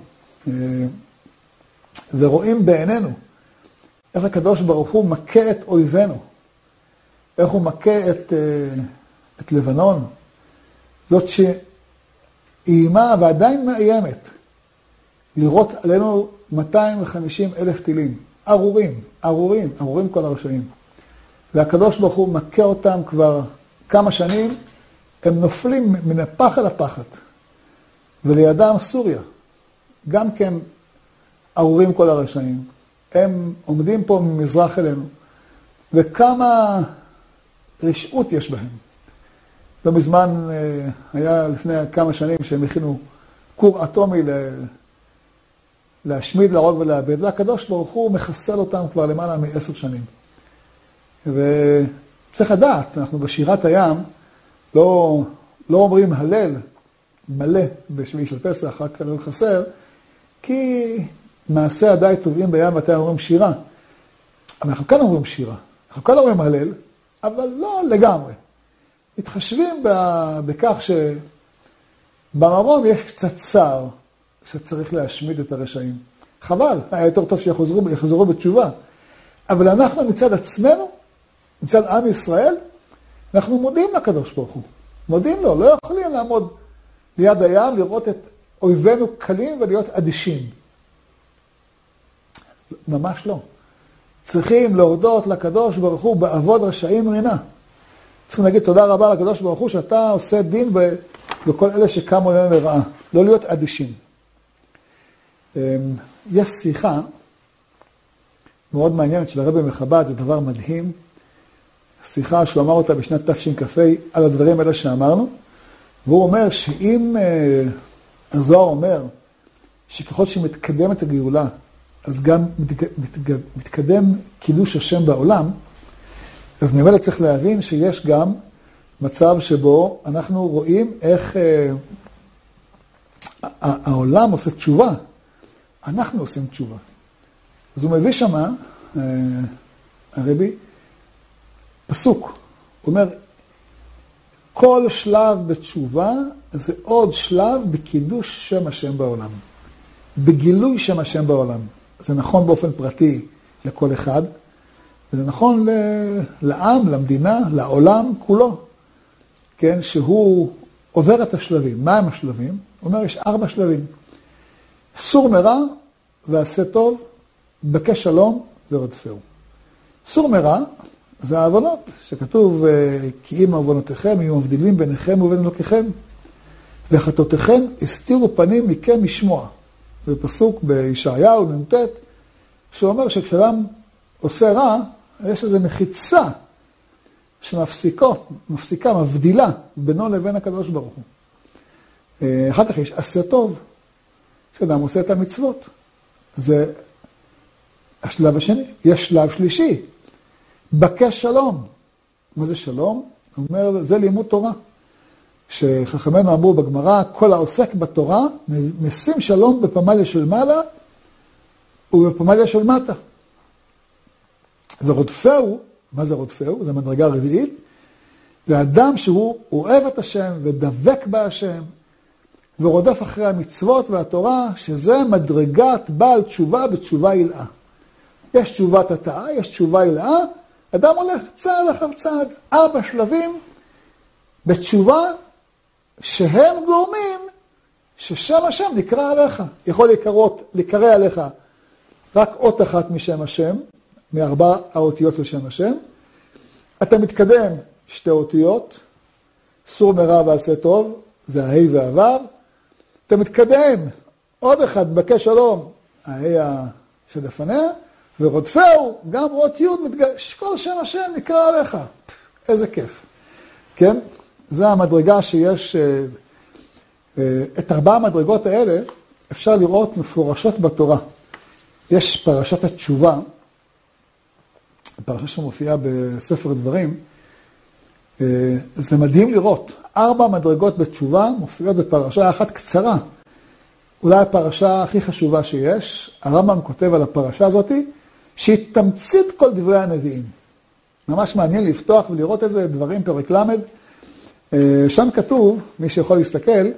ורואים בעינינו איך הקדוש ברוך הוא מכה את אויבינו, איך הוא מכה את, את לבנון, זאת שאימה ועדיין מאיימת, לראות עלינו מאתיים וחמישים אלף טילים, ארורים, ארורים, ארורים כל הרשעים. והקדוש ברוך הוא מכה אותם כבר כמה שנים, הם נופלים מן הפחד לפחד. ולידם סוריה, גם כן ארורים כל הרשעים. הם עומדים פה ממזרח אלינו, וכמה רשעות יש בהם. לא מזמן, היה לפני כמה שנים שהם הכינו כור אטומי להשמיד, להרוג ולאבד, והקדוש ברוך הוא מחסל אותם כבר למעלה מעשר שנים. וצריך לדעת, אנחנו בשירת הים, לא, לא אומרים הלל מלא בשביעי של פסח, רק הלל חסר, כי מעשה עדיי טובעים בים ואתם אומרים שירה. אבל אנחנו כאן אומרים שירה, אנחנו כאן אומרים הלל, אבל לא לגמרי. מתחשבים בכך שבמרום יש קצת צער שצריך להשמיד את הרשעים. חבל, היה יותר טוב שיחזרו, יחזרו בתשובה. אבל אנחנו מצד עצמנו, מצד עם ישראל, אנחנו מודים לקדוש ברוך הוא. מודים לו, לא יכולים לעמוד ליד הים, לראות את אויבינו קלים ולהיות אדישים. ממש לא. צריכים להודות לקדוש ברוך הוא בעבוד רשעים רינה. צריכים להגיד תודה רבה לקדוש ברוך הוא שאתה עושה דין בכל אלה שקמו להם לרעה. לא להיות אדישים. יש שיחה מאוד מעניינת של הרבי מחב"ד, זה דבר מדהים. שיחה שהוא אמר אותה בשנת תשכ"ה על הדברים האלה שאמרנו. והוא אומר שאם הזוהר אומר שככל שמתקדמת הגאולה, אז גם מתקדם קידוש השם בעולם, אז ממילא צריך להבין שיש גם מצב שבו אנחנו רואים איך העולם עושה תשובה. אנחנו עושים תשובה. אז הוא מביא שמה, הרבי, פסוק. הוא אומר, כל שלב בתשובה זה עוד שלב בקידוש שם השם בעולם. בגילוי שם השם בעולם. זה נכון באופן פרטי לכל אחד, וזה נכון לעם, למדינה, לעולם כולו. כן, שהוא עובר את השלבים. מה הם השלבים? הוא אומר, יש ארבע שלבים. סור מרע ועשה טוב, בקש שלום ורדפהו. סור מרע זה העוונות, שכתוב, כי אם עוונותיכם, אם מבדילים ביניכם ובין אלוקיכם, וחטאותיכם הסתירו פנים מכם משמוע. זה פסוק בישעיהו נ"ט, שאומר שכשאדם עושה רע, יש איזו מחיצה שמפסיקה, מפסיקה, מבדילה בינו לבין הקדוש ברוך הוא. אחר כך יש עשה טוב, שאדם עושה את המצוות. זה השלב השני. יש שלב שלישי, בקש שלום. מה זה שלום? הוא אומר, זה לימוד תורה. שחכמינו אמרו בגמרא, כל העוסק בתורה, משים שלום בפמליה של מעלה ובפמליה של מטה. ורודפהו, מה זה רודפהו? זה מדרגה רביעית. ואדם שהוא אוהב את השם ודבק בהשם, ורודף אחרי המצוות והתורה, שזה מדרגת בעל תשובה בתשובה הילאה. יש תשובת התאה, יש תשובה הילאה, אדם הולך צעד אחר צעד, ארבע שלבים בתשובה שהם גורמים ששם השם נקרא עליך. יכול לקרות, לקרא עליך רק אות אחת משם השם, מארבע האותיות של שם השם. אתה מתקדם שתי אותיות, סור מרע ועשה טוב, זה ההי והוו. אתה מתקדם עוד אחד, בקש שלום, ההי שלפניה, ורודפהו, גם אות י' מתגש, כל שם השם נקרא עליך. איזה כיף. כן? זה המדרגה שיש, את ארבע המדרגות האלה אפשר לראות מפורשות בתורה. יש פרשת התשובה, פרשה שמופיעה בספר דברים, זה מדהים לראות. ארבע מדרגות בתשובה מופיעות בפרשה אחת קצרה. אולי הפרשה הכי חשובה שיש, הרמב"ם כותב על הפרשה הזאת, שהיא תמצית כל דברי הנביאים. ממש מעניין לפתוח ולראות את זה, דברים פרק למד. שם כתוב, מי שיכול להסתכל,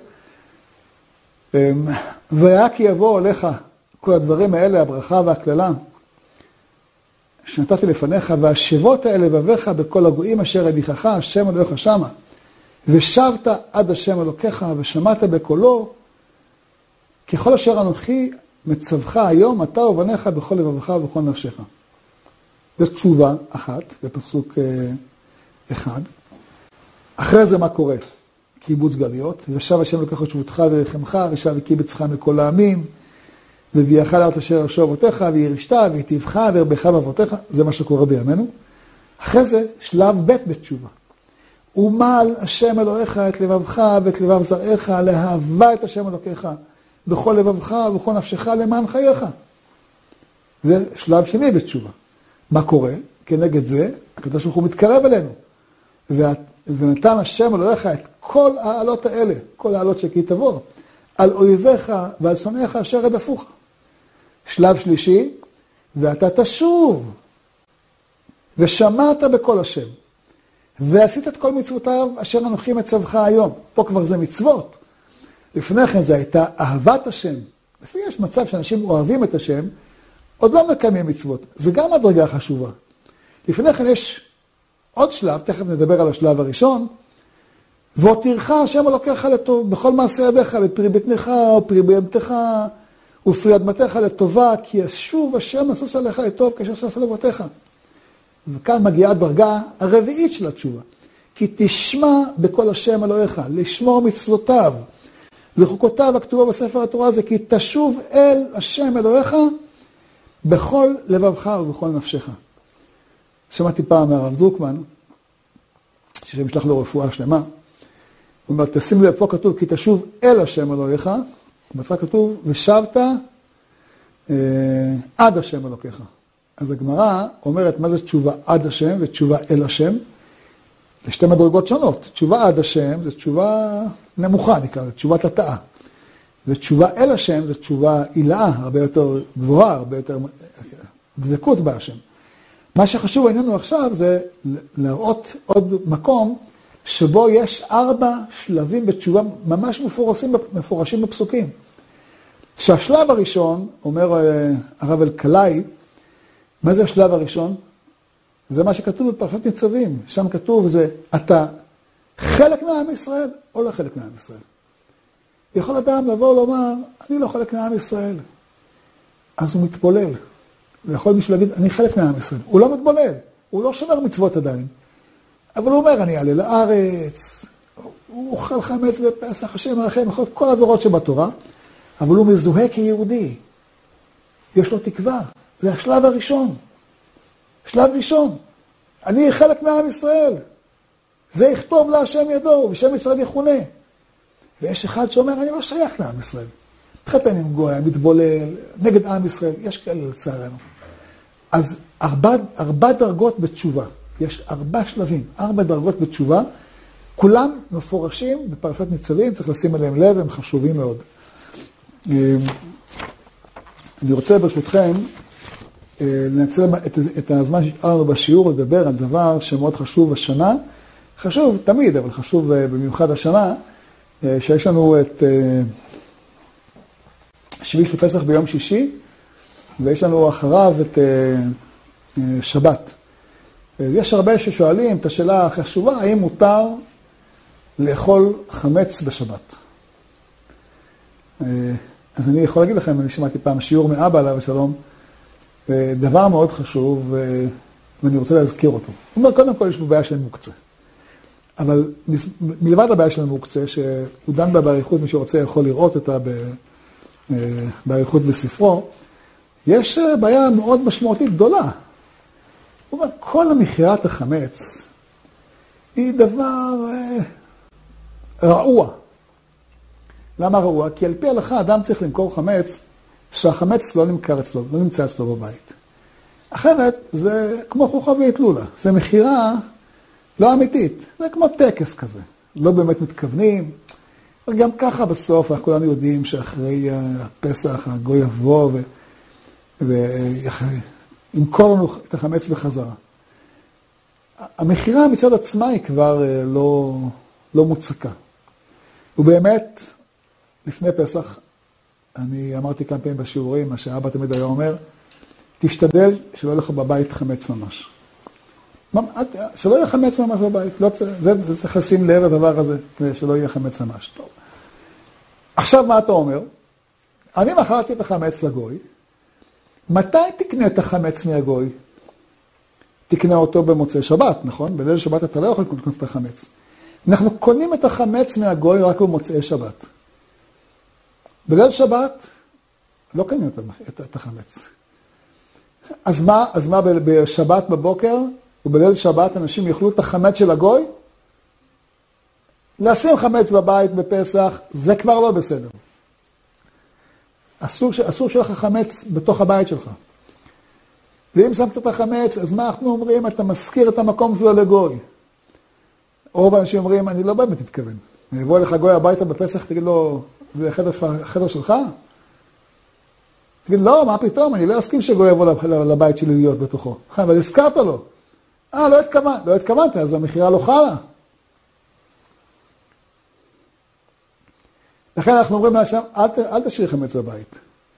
והיה כי יבוא עליך כל הדברים האלה, הברכה והכללה, שנתתי לפניך, והשבות האלה לבביך בכל הגויים אשר הדיחך, השם אלוהיך שמה, ושבת עד השם אלוקיך, ושמעת בקולו, ככל אשר אנוכי מצווך היום, אתה ובניך בכל לבבך ובכל נפשך. זו תשובה אחת, בפסוק אחד. אחרי זה מה קורה? קיבוץ גלויות, ושב השם לקח את שבותך ורחמך, ושב וקיבצך מכל העמים, וביאך לארץ אשר ירשו אבותיך, וירשת, ויטיבך, והרבך באבותיך, זה מה שקורה בימינו. אחרי זה שלב ב' בתשובה. ומל השם אלוהיך את לבבך ואת לבב זרעך, להאהבה את השם אלוקיך, בכל לבבך ובכל נפשך למען חייך. זה שלב שני בתשובה. מה קורה? כנגד זה, הקדוש ברוך הוא מתקרב אלינו. ונתן השם אלוהיך את כל העלות האלה, כל העלות שכי תבוא, על אויביך ועל שונאיך אשר רדפוך. שלב שלישי, ואתה תשוב, ושמעת בכל השם, ועשית את כל מצוותיו אשר אנוכי מצווך היום. פה כבר זה מצוות. לפני כן זה הייתה אהבת השם. לפי יש מצב שאנשים אוהבים את השם, עוד לא מקיימים מצוות. זה גם הדרגה חשובה. לפני כן יש עוד שלב, תכף נדבר על השלב הראשון, והותירך השם אלוקיך לטוב, בכל מעשה ידיך, בפרי בטנך ופרי בהמתך ופרי אדמתך לטובה, כי ישוב השם לסוס עליך לטוב כאשר שש לבותיך. וכאן מגיעה הדרגה הרביעית של התשובה. כי תשמע בכל השם אלוהיך, לשמור מצוותיו וחוקותיו הכתובה בספר התורה הזה, כי תשוב אל השם אלוהיך בכל לבבך ובכל נפשך. שמעתי פעם מהרב דרוקמן, שמשלח לו רפואה שלמה, הוא אומר, תשים לב, פה כתוב, כי תשוב אל השם אלוהיך, ובצורה כתוב, ושבת אה, עד השם אלוקיך. אז הגמרא אומרת, מה זה תשובה עד השם ותשובה אל השם? לשתי מדרגות שונות. תשובה עד השם זה תשובה נמוכה, נקרא, זה תשובת התאה. ותשובה אל השם זה תשובה הילאה, הרבה יותר גבוהה, הרבה יותר דבקות בהשם. מה שחשוב העניינו עכשיו זה להראות עוד מקום שבו יש ארבע שלבים בתשובה ממש מפורשים, מפורשים בפסוקים. שהשלב הראשון, אומר הרב אלקלעי, מה זה השלב הראשון? זה מה שכתוב בפרשת ניצבים. שם כתוב זה, אתה חלק מעם ישראל או לא חלק מעם ישראל. יכול אדם לבוא ולומר, אני לא חלק מעם ישראל. אז הוא מתבולל. ויכול מישהו להגיד, אני חלק מעם ישראל. הוא לא מתבולל, הוא לא שומר מצוות עדיין. אבל הוא אומר, אני אעלה לארץ, הוא אוכל חמץ בפסח, השם מרחם, יכול להיות כל העבירות שבתורה, אבל הוא מזוהה כיהודי. יש לו תקווה. זה השלב הראשון. שלב ראשון. אני חלק מעם ישראל. זה יכתוב להשם ידו, ושם ישראל יכונה. ויש אחד שאומר, אני לא שייך לעם ישראל. מתחתן עם גוי, מתבולל, נגד עם ישראל. יש כאלה לצערנו. אז ארבע, ארבע דרגות בתשובה. יש ארבע שלבים, ארבע דרגות בתשובה. כולם מפורשים בפרשת ניצבים, צריך לשים עליהם לב, הם חשובים מאוד. אני רוצה ברשותכם לנצל את, את הזמן שהתארנו בשיעור לדבר על דבר שמאוד חשוב השנה, חשוב תמיד, אבל חשוב במיוחד השנה, שיש לנו את שביעי של פסח ביום שישי, ויש לנו אחריו את שבת. יש הרבה ששואלים את השאלה החשובה, האם מותר לאכול חמץ בשבת? אז אני יכול להגיד לכם, אני שמעתי פעם שיעור מאבא עליו ושלום, דבר מאוד חשוב, ואני רוצה להזכיר אותו. הוא אומר, קודם כל יש בו בעיה של מוקצה. אבל מלבד הבעיה של מוקצה, שהוא דן בה בעריכות, מי שרוצה יכול לראות אותה בעריכות בספרו, יש בעיה מאוד משמעותית גדולה. הוא אומר, כל המכירת החמץ היא דבר רעוע. למה רעוע? כי על פי ההלכה אדם צריך למכור חמץ, שהחמץ לא נמכר אצלו, לא נמצא אצלו בבית. אחרת זה כמו חוכבית לולה, זה מכירה לא אמיתית, זה כמו טקס כזה, לא באמת מתכוונים, אבל גם ככה בסוף אנחנו כולנו יודעים שאחרי הפסח הגוי יבוא וימכור לנו את החמץ בחזרה. המכירה מצד עצמה היא כבר לא, לא מוצקה. ובאמת, לפני פסח, אני אמרתי כמה פעמים בשיעורים, מה שאבא תמיד היה אומר, תשתדל שלא יהיה לך בבית חמץ ממש. שלא יהיה חמץ ממש בבית, לא, זה, זה צריך לשים לב לדבר הזה, שלא יהיה חמץ ממש. טוב. עכשיו מה אתה אומר? אני מכרתי את החמץ לגוי, מתי תקנה את החמץ מהגוי? תקנה אותו במוצאי שבת, נכון? בליל שבת אתה לא יכול לקנות את החמץ. אנחנו קונים את החמץ מהגוי רק במוצאי שבת. בליל שבת לא קונים את, את החמץ. אז מה, אז מה בשבת בבוקר ובליל שבת אנשים יאכלו את החמץ של הגוי? לשים חמץ בבית בפסח זה כבר לא בסדר. אסור, אסור שלך חמץ בתוך הבית שלך. ואם שמת את החמץ, אז מה אנחנו אומרים? אתה מזכיר את המקום שלו לגוי. רוב האנשים אומרים, אני לא באמת מתכוון. יבוא אליך גוי הביתה בפסח, תגיד לו, זה החדר שלך? החדר שלך? תגיד, לא, מה פתאום? אני לא אסכים שגוי יבוא לבית שלי להיות בתוכו. אבל הזכרת לו. אה, לא התכוונת, לא התכוונת, אז המכירה לא חלה. לכן אנחנו אומרים לאשם, אל, אל תשאיר חמץ בבית.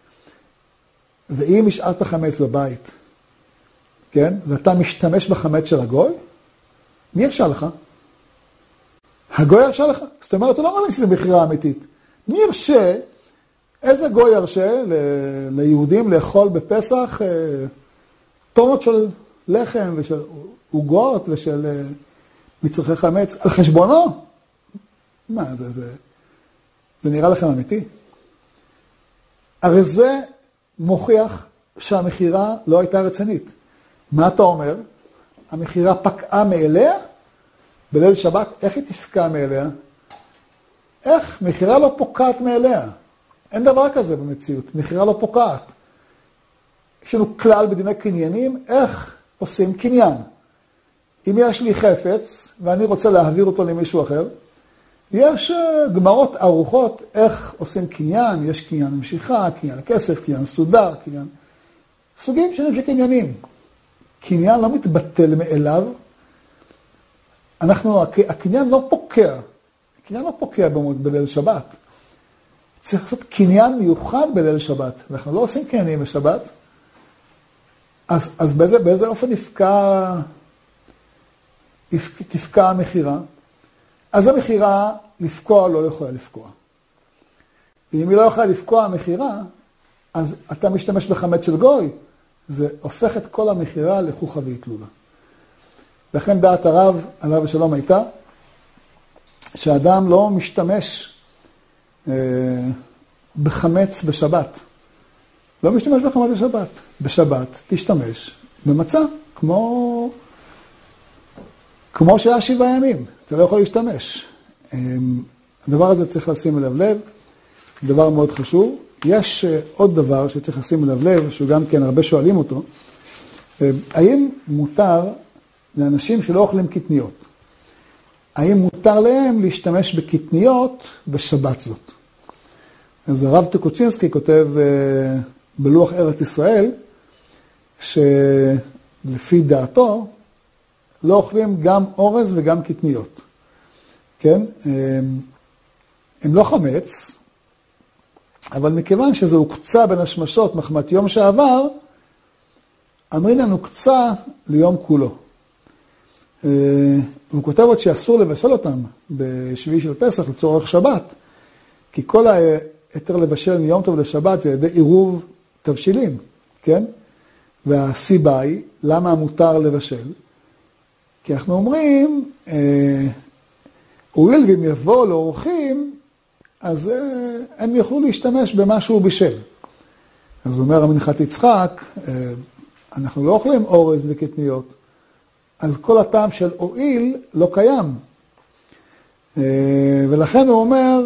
ואם השארת חמץ בבית, כן, ואתה משתמש בחמץ של הגוי, מי ירשה לך? הגוי ירשה לך? זאת אומרת, הוא לא מאמין שזו מכירה אמיתית. מי ירשה, איזה גוי ירשה ל- ליהודים לאכול בפסח אה, טונות של לחם ושל עוגות ושל אה, מצרכי חמץ על חשבונו? מה, זה, זה, זה נראה לכם אמיתי? הרי זה מוכיח שהמכירה לא הייתה רצינית. מה אתה אומר? המכירה פקעה מאליה? בליל שבת, איך היא תפקע מאליה? איך? מכירה לא פוקעת מאליה. אין דבר כזה במציאות. מכירה לא פוקעת. יש לנו כלל בדיני קניינים, איך עושים קניין. אם יש לי חפץ, ואני רוצה להעביר אותו למישהו אחר, יש גמרות ארוכות איך עושים קניין, יש קניין משיכה, קניין כסף, קניין סודר, קניין... סוגים שונים של קניינים. קניין לא מתבטל מאליו, אנחנו, הקניין לא פוקע, הקניין לא פוקע בליל שבת. צריך לעשות קניין מיוחד בליל שבת, ואנחנו לא עושים קניינים בשבת, אז, אז באיזה, באיזה אופן נפקע, תפקע המכירה? אז המכירה לפקוע לא יכולה לפקוע. ואם היא לא יכולה לפקוע המכירה, אז אתה משתמש בחמץ של גוי, זה הופך את כל המכירה לחוכבית לולה. לכן דעת הרב, עליו השלום הייתה, שהאדם לא משתמש אה, בחמץ בשבת. לא משתמש בחמץ בשבת. בשבת תשתמש במצה, כמו, כמו שהיה שבעה ימים. אתה לא יכול להשתמש. אה, הדבר הזה צריך לשים אליו לב, דבר מאוד חשוב. יש אה, עוד דבר שצריך לשים אליו לב, שהוא גם כן הרבה שואלים אותו. אה, האם מותר לאנשים שלא אוכלים קטניות, האם מותר להם להשתמש בקטניות בשבת זאת? אז הרב טקוצינסקי כותב בלוח ארץ ישראל, שלפי דעתו, לא אוכלים גם אורז וגם קטניות. כן? הם לא חמץ, אבל מכיוון שזה הוקצה בין השמשות מחמת יום שעבר, אמרים לנו קצה ליום כולו. הוא כותב עוד שאסור לבשל אותם בשביעי של פסח לצורך שבת, כי כל היתר לבשל מיום טוב לשבת זה על ידי עירוב תבשילים, כן? והסיבה היא, למה מותר לבשל? כי אנחנו אומרים, הואיל ואם יבואו לאורחים, אז הם יוכלו להשתמש במה שהוא בישל. אז הוא אומר המנחת יצחק, אנחנו לא אוכלים אורז וקטניות, אז כל הטעם של הואיל לא קיים. ולכן הוא אומר,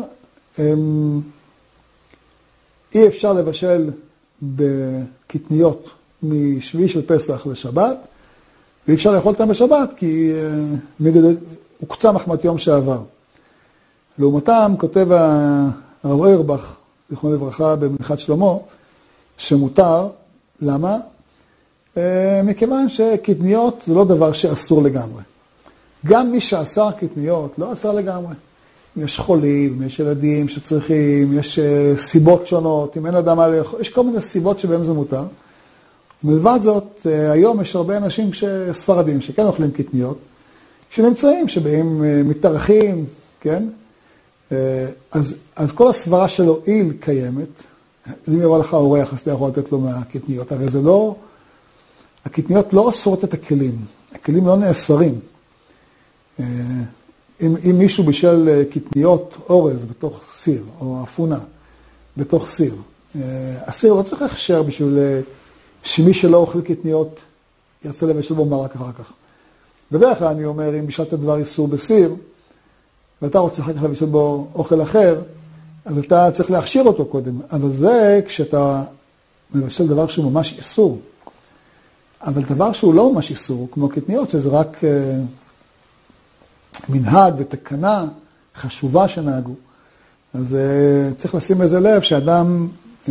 אי אפשר לבשל בקטניות משביעי של פסח לשבת, ואי אפשר לאכול אותם בשבת, כי הוא קצה מחמת יום שעבר. לעומתם כותב הרב אוירבך, זיכרונו לברכה, במנחת שלמה, שמותר, למה? מכיוון שקטניות זה לא דבר שאסור לגמרי. גם מי שאסר קטניות לא אסר לגמרי. אם יש חולים, יש ילדים שצריכים, יש סיבות שונות, אם אין אדם מה לאכול, יש כל מיני סיבות שבהם זה מותר. מלבד זאת, היום יש הרבה אנשים ספרדים שכן אוכלים קטניות, שנמצאים, שבהם מתארחים, כן? אז, אז כל הסברה של הואיל קיימת. אם יבוא לך אורח, אז אתה יכול לתת לו מהקטניות. הרי זה לא, הקטניות לא אוסרות את הכלים. הכלים לא נאסרים. אם, אם מישהו בשל קטניות אורז בתוך סיר, או אפונה בתוך סיר, הסיר לא צריך הכשר בשביל שמי שלא אוכל קטניות ירצה לבשל בו מרק אחר כך. בדרך כלל אני אומר, אם בשלת דבר איסור בסיר, ואתה רוצה אחר כך לבשל בו אוכל אחר, אז אתה צריך להכשיר אותו קודם. אבל זה כשאתה מבשל דבר שהוא ממש איסור. אבל דבר שהוא לא ממש איסור, כמו קטניות, שזה רק uh, מנהג ותקנה חשובה שנהגו. אז uh, צריך לשים לזה לב שאדם, uh,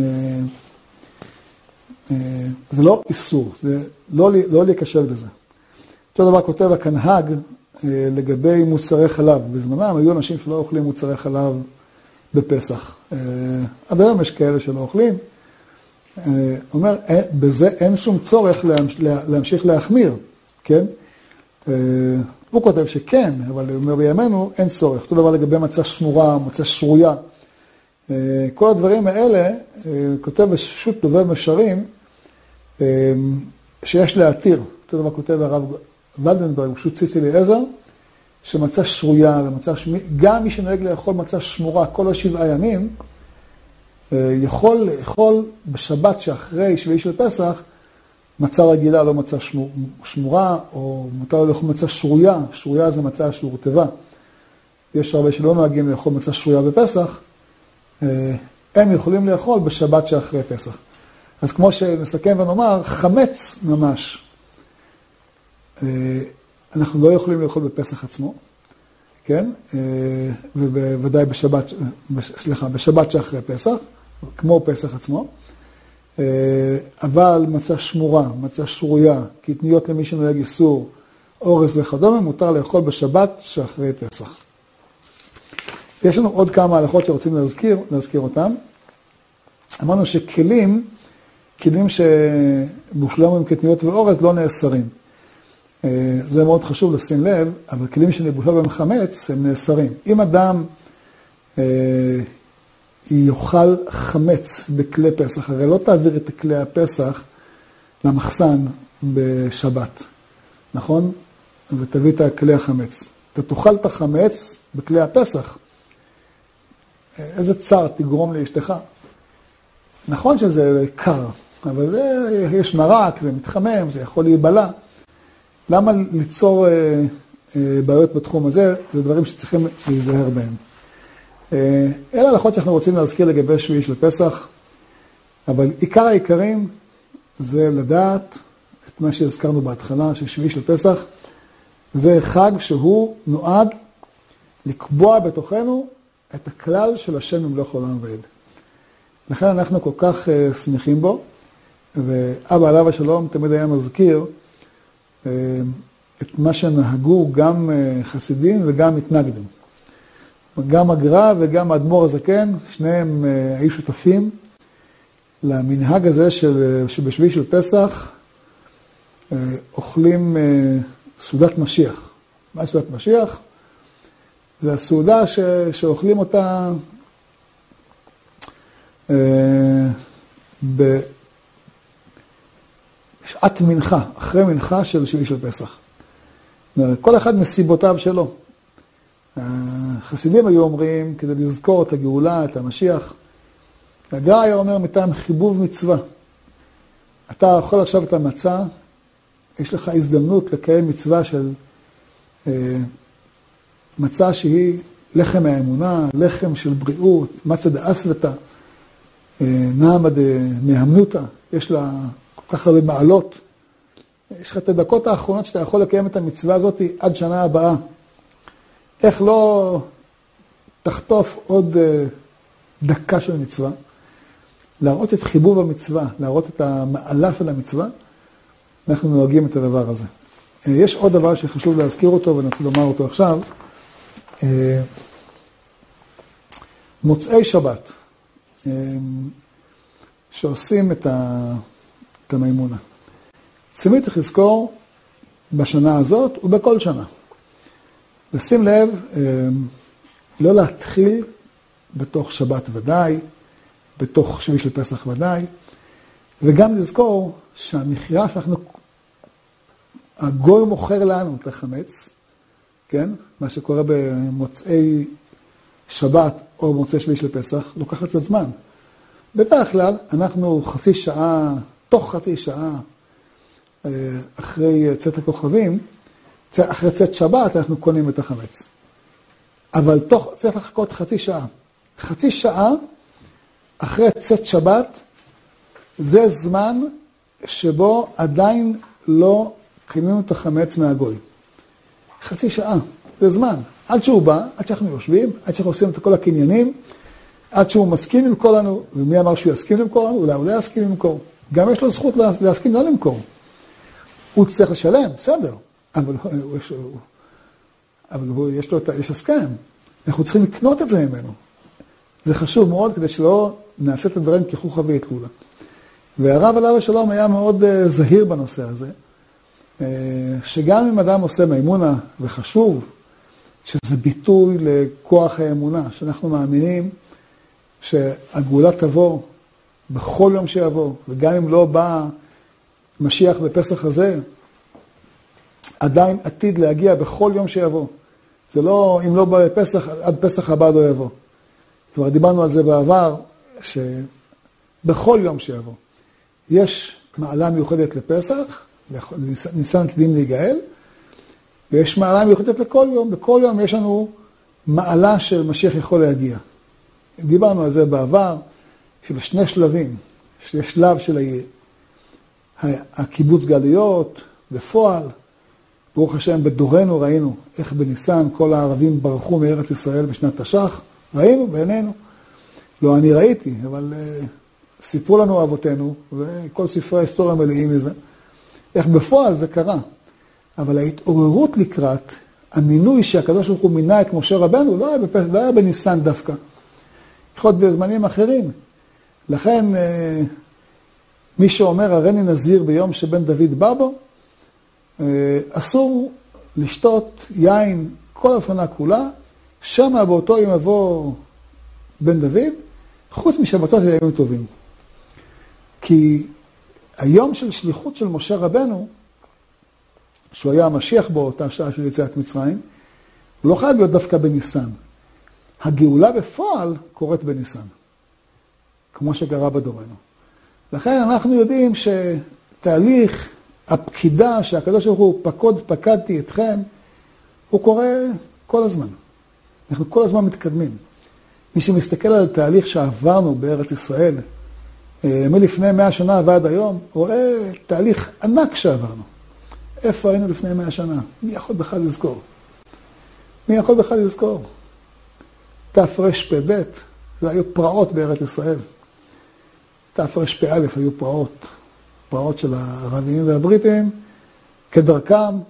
uh, זה לא איסור, זה לא, לא להיקשל בזה. אותו דבר כותב הכנהג uh, לגבי מוצרי חלב. בזמנם היו אנשים שלא אוכלים מוצרי חלב בפסח. Uh, עד היום יש כאלה שלא אוכלים. Uh, אומר, בזה אין שום צורך להמשיך להחמיר, כן? Uh, הוא כותב שכן, אבל הוא אומר בימינו אין צורך. אותו דבר לגבי מצה שמורה, מצה שרויה. Uh, כל הדברים האלה, uh, כותב בשו"ת דובר משרים, uh, שיש להתיר. אותו דבר כותב הרב ולדנברג, בשו"ת ציץ אליעזר, שמצה שרויה ומצה שמי, גם מי שנוהג לאכול מצה שמורה כל השבעה ימים, יכול לאכול בשבת שאחרי שביעי של פסח, מצה רגילה, לא מצה שמורה, או מותר לאכול מצה שרויה. שרויה זה מצה שהורטבה. יש הרבה שלא נוהגים לאכול מצה שרויה בפסח, הם יכולים לאכול בשבת שאחרי פסח. אז כמו שנסכם ונאמר, חמץ ממש, אנחנו לא יכולים לאכול בפסח עצמו, כן? ובוודאי בשבת, סליחה, בשבת שאחרי פסח, כמו פסח עצמו, אבל מצה שמורה, מצה שרויה, קטניות למי שנוהג איסור, אורז וכדומה, מותר לאכול בשבת שאחרי פסח. יש לנו עוד כמה הלכות שרוצים להזכיר, להזכיר אותם. אמרנו שכלים, כלים שבושלם עם קטניות ואורז לא נאסרים. זה מאוד חשוב לשים לב, אבל כלים שנבושל בהם חמץ הם נאסרים. אם אדם אה, יאכל חמץ בכלי פסח, הרי לא תעביר את כלי הפסח למחסן בשבת, נכון? ותביא את כלי החמץ. אתה תאכל את החמץ בכלי הפסח. איזה צער תגרום לאשתך. נכון שזה קר, אבל זה, יש מרק, זה מתחמם, זה יכול להיבלע. למה ליצור אה, אה, בעיות בתחום הזה? זה דברים שצריכים להיזהר בהם. אה, אלה הלכות שאנחנו רוצים להזכיר לגבי שביעי של פסח, אבל עיקר העיקרים זה לדעת את מה שהזכרנו בהתחלה, ששביעי של פסח זה חג שהוא נועד לקבוע בתוכנו את הכלל של השם ממלוך עולם ועד. לכן אנחנו כל כך uh, שמחים בו, ואבא עליו השלום תמיד היה מזכיר uh, את מה שנהגו גם חסידים וגם מתנגדים. גם הגר"א וגם האדמו"ר הזקן, שניהם היו שותפים למנהג הזה של, שבשביעי של פסח אוכלים סעודת משיח. מה סעודת משיח? זה הסעודה ש, שאוכלים אותה אה, בשעת מנחה, אחרי מנחה של שביעי של פסח. כל אחד מסיבותיו שלו. החסידים היו אומרים, כדי לזכור את הגאולה, את המשיח, הגר"א היה אומר מטעם חיבוב מצווה. אתה אוכל עכשיו את המצה, יש לך הזדמנות לקיים מצווה של אה, מצה שהיא לחם מהאמונה, לחם של בריאות, מצה דאסלתא, נעמה דמהמנותא, יש לה כל כך הרבה מעלות. יש לך את הדקות האחרונות שאתה יכול לקיים את המצווה הזאת עד שנה הבאה. איך לא תחטוף עוד דקה של מצווה, להראות את חיבוב המצווה, להראות את המעלה של המצווה, אנחנו נוהגים את הדבר הזה. יש עוד דבר שחשוב להזכיר אותו ואני רוצה לומר אותו עכשיו. מוצאי שבת, שעושים את המימונה. תמיד צריך לזכור בשנה הזאת ובכל שנה. לשים לב, לא להתחיל בתוך שבת ודאי, בתוך שביעי של פסח ודאי, וגם לזכור שהמכירה שאנחנו, הגוי מוכר לנו את החמץ, כן? מה שקורה במוצאי שבת או במוצאי שביעי של פסח, לוקח קצת זמן. בדרך כלל אנחנו חצי שעה, תוך חצי שעה, אחרי צאת הכוכבים, אחרי צאת שבת אנחנו קונים את החמץ. אבל תוך, צריך לחכות חצי שעה. חצי שעה אחרי צאת שבת, זה זמן שבו עדיין לא קנינו את החמץ מהגוי. חצי שעה, זה זמן. עד שהוא בא, עד שאנחנו יושבים, עד שאנחנו עושים את כל הקניינים, עד שהוא מסכים למכור לנו, ומי אמר שהוא יסכים למכור לנו? אולי הוא לא יסכים למכור. גם יש לו זכות להסכים לא למכור. הוא צריך לשלם, בסדר, אבל, הוא, יש, הוא, אבל הוא, יש לו יש הסכם. אנחנו צריכים לקנות את זה ממנו. זה חשוב מאוד כדי שלא נעשה את הדברים כחוכא ואטלולא. והרב עליו השלום היה מאוד uh, זהיר בנושא הזה, uh, שגם אם אדם עושה מימונה וחשוב, שזה ביטוי לכוח האמונה, שאנחנו מאמינים שהגאולה תבוא בכל יום שיבוא, וגם אם לא בא משיח בפסח הזה, עדיין עתיד להגיע בכל יום שיבוא. זה לא, אם לא בא בפסח, עד פסח הבא לא יבוא. כבר דיברנו על זה בעבר, שבכל יום שיבוא. יש מעלה מיוחדת לפסח, ניסן קדים להיגאל, ויש מעלה מיוחדת לכל יום. בכל יום יש לנו מעלה שמשיח יכול להגיע. דיברנו על זה בעבר, שבשני שלבים, שיש שלב של הקיבוץ גלויות, בפועל, ברוך השם, בדורנו ראינו איך בניסן כל הערבים ברחו מארץ ישראל בשנת תש"ח, ראינו בעינינו. לא אני ראיתי, אבל uh, סיפרו לנו אבותינו, וכל ספרי ההיסטוריה מלאים מזה, איך בפועל זה קרה. אבל ההתעוררות לקראת, המינוי שהקדוש ברוך הוא מינה את משה רבנו, לא היה, בפס... לא היה בניסן דווקא. יכול להיות בזמנים אחרים. לכן, uh, מי שאומר, הריני נזיר ביום שבן דוד בא בו, uh, אסור לשתות יין כל הפנה כולה, שמה באותו יום יבוא בן דוד, חוץ משבתות וימים טובים. כי היום של שליחות של משה רבנו, שהוא היה המשיח באותה שעה של יציאת מצרים, הוא לא חייב להיות דווקא בניסן. הגאולה בפועל קורית בניסן, כמו שקרה בדורנו. לכן אנחנו יודעים שתהליך הפקידה שהקדוש ברוך הוא פקוד פקדתי אתכם, הוא קורה כל הזמן. אנחנו כל הזמן מתקדמים. מי שמסתכל על תהליך שעברנו בארץ ישראל, מלפני מאה שנה ועד היום, רואה תהליך ענק שעברנו. איפה היינו לפני מאה שנה? מי יכול בכלל לזכור? מי יכול בכלל לזכור? תרפ"ב, זה היו פרעות בארץ ישראל. תרפ"א היו פרעות, פרעות של הערבים והבריטים, כדרכם,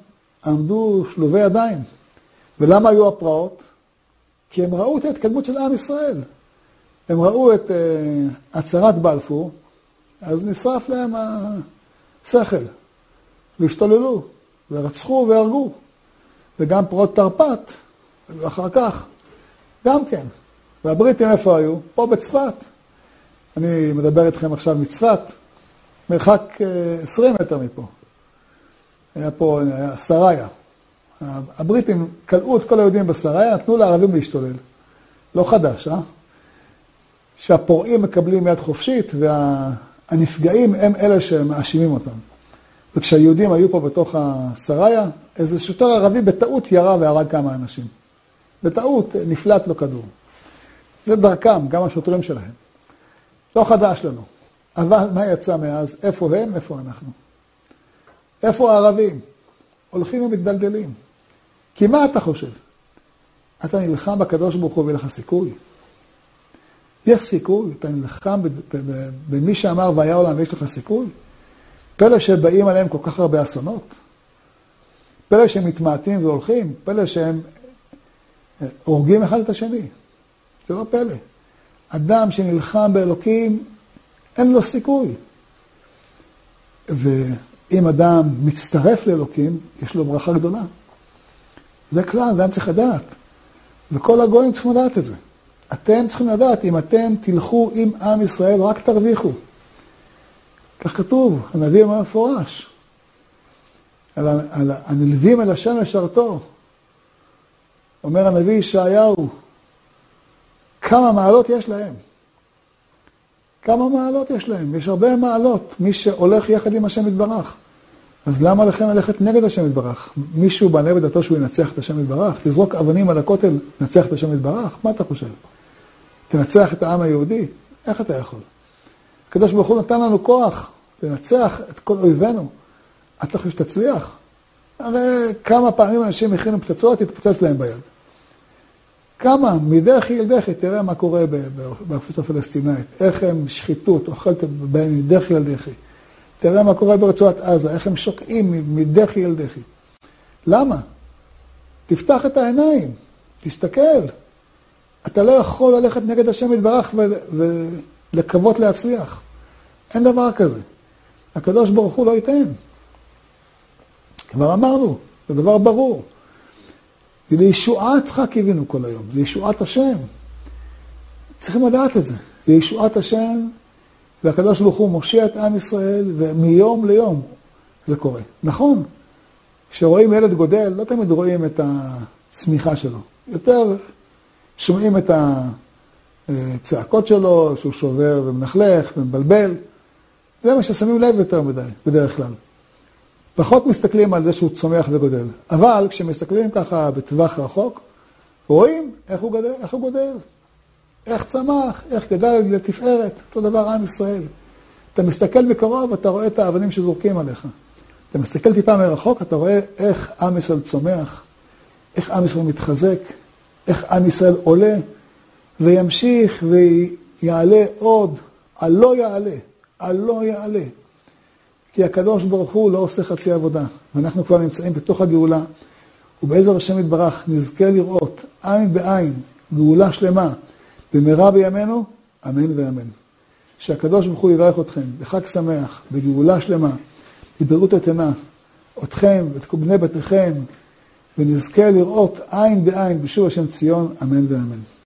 עמדו שלובי ידיים. ולמה היו הפרעות? כי הם ראו את ההתקדמות של עם ישראל. הם ראו את uh, הצהרת בלפור, אז נשרף להם השכל. והשתוללו, ורצחו והרגו. וגם פרעות תרפ"ט, ואחר כך, גם כן. והבריטים איפה היו? פה בצפת. אני מדבר איתכם עכשיו מצפת, מרחק עשרים מטר מפה. היה פה, היה סריה. הבריטים קלעו את כל היהודים בסריה, נתנו לערבים להשתולל. לא חדש, אה? שהפורעים מקבלים יד חופשית, והנפגעים הם אלה שמאשימים אותם. וכשהיהודים היו פה בתוך הסריה, איזה שוטר ערבי בטעות ירה והרג כמה אנשים. בטעות נפלט לו כדור. זה דרכם, גם השוטרים שלהם. לא חדש לנו. אבל מה יצא מאז? איפה הם? איפה אנחנו? איפה הערבים? הולכים ומתדלדלים. כי מה אתה חושב? אתה נלחם בקדוש ברוך הוא ויש לך סיכוי. יש סיכוי, אתה נלחם במי שאמר והיה עולם ויש לך סיכוי. פלא שבאים עליהם כל כך הרבה אסונות. פלא שהם מתמעטים והולכים. פלא שהם הורגים אחד את השני. זה לא פלא. אדם שנלחם באלוקים, אין לו סיכוי. ואם אדם מצטרף לאלוקים, יש לו ברכה גדולה. זה כלל, אדם צריך לדעת. וכל הגויים צריכים לדעת את זה. אתם צריכים לדעת, אם אתם תלכו עם עם ישראל, רק תרוויחו. כך כתוב, הנביא אומר מפורש. על, על הנלווים אל השם לשרתו. אומר הנביא ישעיהו, כמה מעלות יש להם. כמה מעלות יש להם? יש הרבה מעלות. מי שהולך יחד עם השם יתברך. אז למה לכם ללכת נגד השם יתברך? מישהו בנה בדעתו שהוא ינצח את השם יתברך? תזרוק אבנים על הכותל, נצח את השם יתברך? מה אתה חושב? תנצח את העם היהודי? איך אתה יכול? הקדוש ברוך הוא נתן לנו כוח לנצח את כל אויבינו. אתה חושב שתצליח? הרי כמה פעמים אנשים הכינו פצצות, תתפוצץ להם ביד. כמה? מדחי אל דחי, תראה מה קורה בארצות הפלסטינאית. איך הם שחיתות, אוכלת בהם מדחי אל דחי. תראה מה קורה ברצועת עזה, איך הם שוקעים מדחי אל דחי. למה? תפתח את העיניים, תסתכל. אתה לא יכול ללכת נגד השם יתברך ולקוות להצליח. אין דבר כזה. הקדוש ברוך הוא לא ייתן. כבר אמרנו, זה דבר ברור. זה לישועתך קיווינו כל היום, זה ישועת השם. צריכים לדעת את זה. זה ישועת השם, והקדוש ברוך הוא מושיע את עם ישראל, ומיום ליום זה קורה. נכון, כשרואים ילד גודל, לא תמיד רואים את הצמיחה שלו. יותר שומעים את הצעקות שלו, שהוא שובר ומנחלך ומבלבל. זה מה ששמים לב יותר מדי, בדרך כלל. פחות מסתכלים על זה שהוא צומח וגודל. אבל כשמסתכלים ככה בטווח רחוק, רואים איך הוא גדל, איך הוא גודל. איך צמח, איך גדל לתפארת. אותו דבר עם ישראל. אתה מסתכל מקרוב, אתה רואה את האבנים שזורקים עליך. אתה מסתכל טיפה מרחוק, אתה רואה איך עם ישראל צומח, איך עם ישראל מתחזק, איך עם ישראל עולה, וימשיך ויעלה עוד, הלא יעלה, הלא יעלה. כי הקדוש ברוך הוא לא עושה חצי עבודה, ואנחנו כבר נמצאים בתוך הגאולה, ובעזר השם יתברך נזכה לראות עין בעין, גאולה שלמה, במהרה בימינו, אמן ואמן. שהקדוש ברוך הוא יברך אתכם בחג שמח, בגאולה שלמה, בבריאות איתנה, אתכם ואת בני בתיכם, ונזכה לראות עין בעין בשוב השם ציון, אמן ואמן.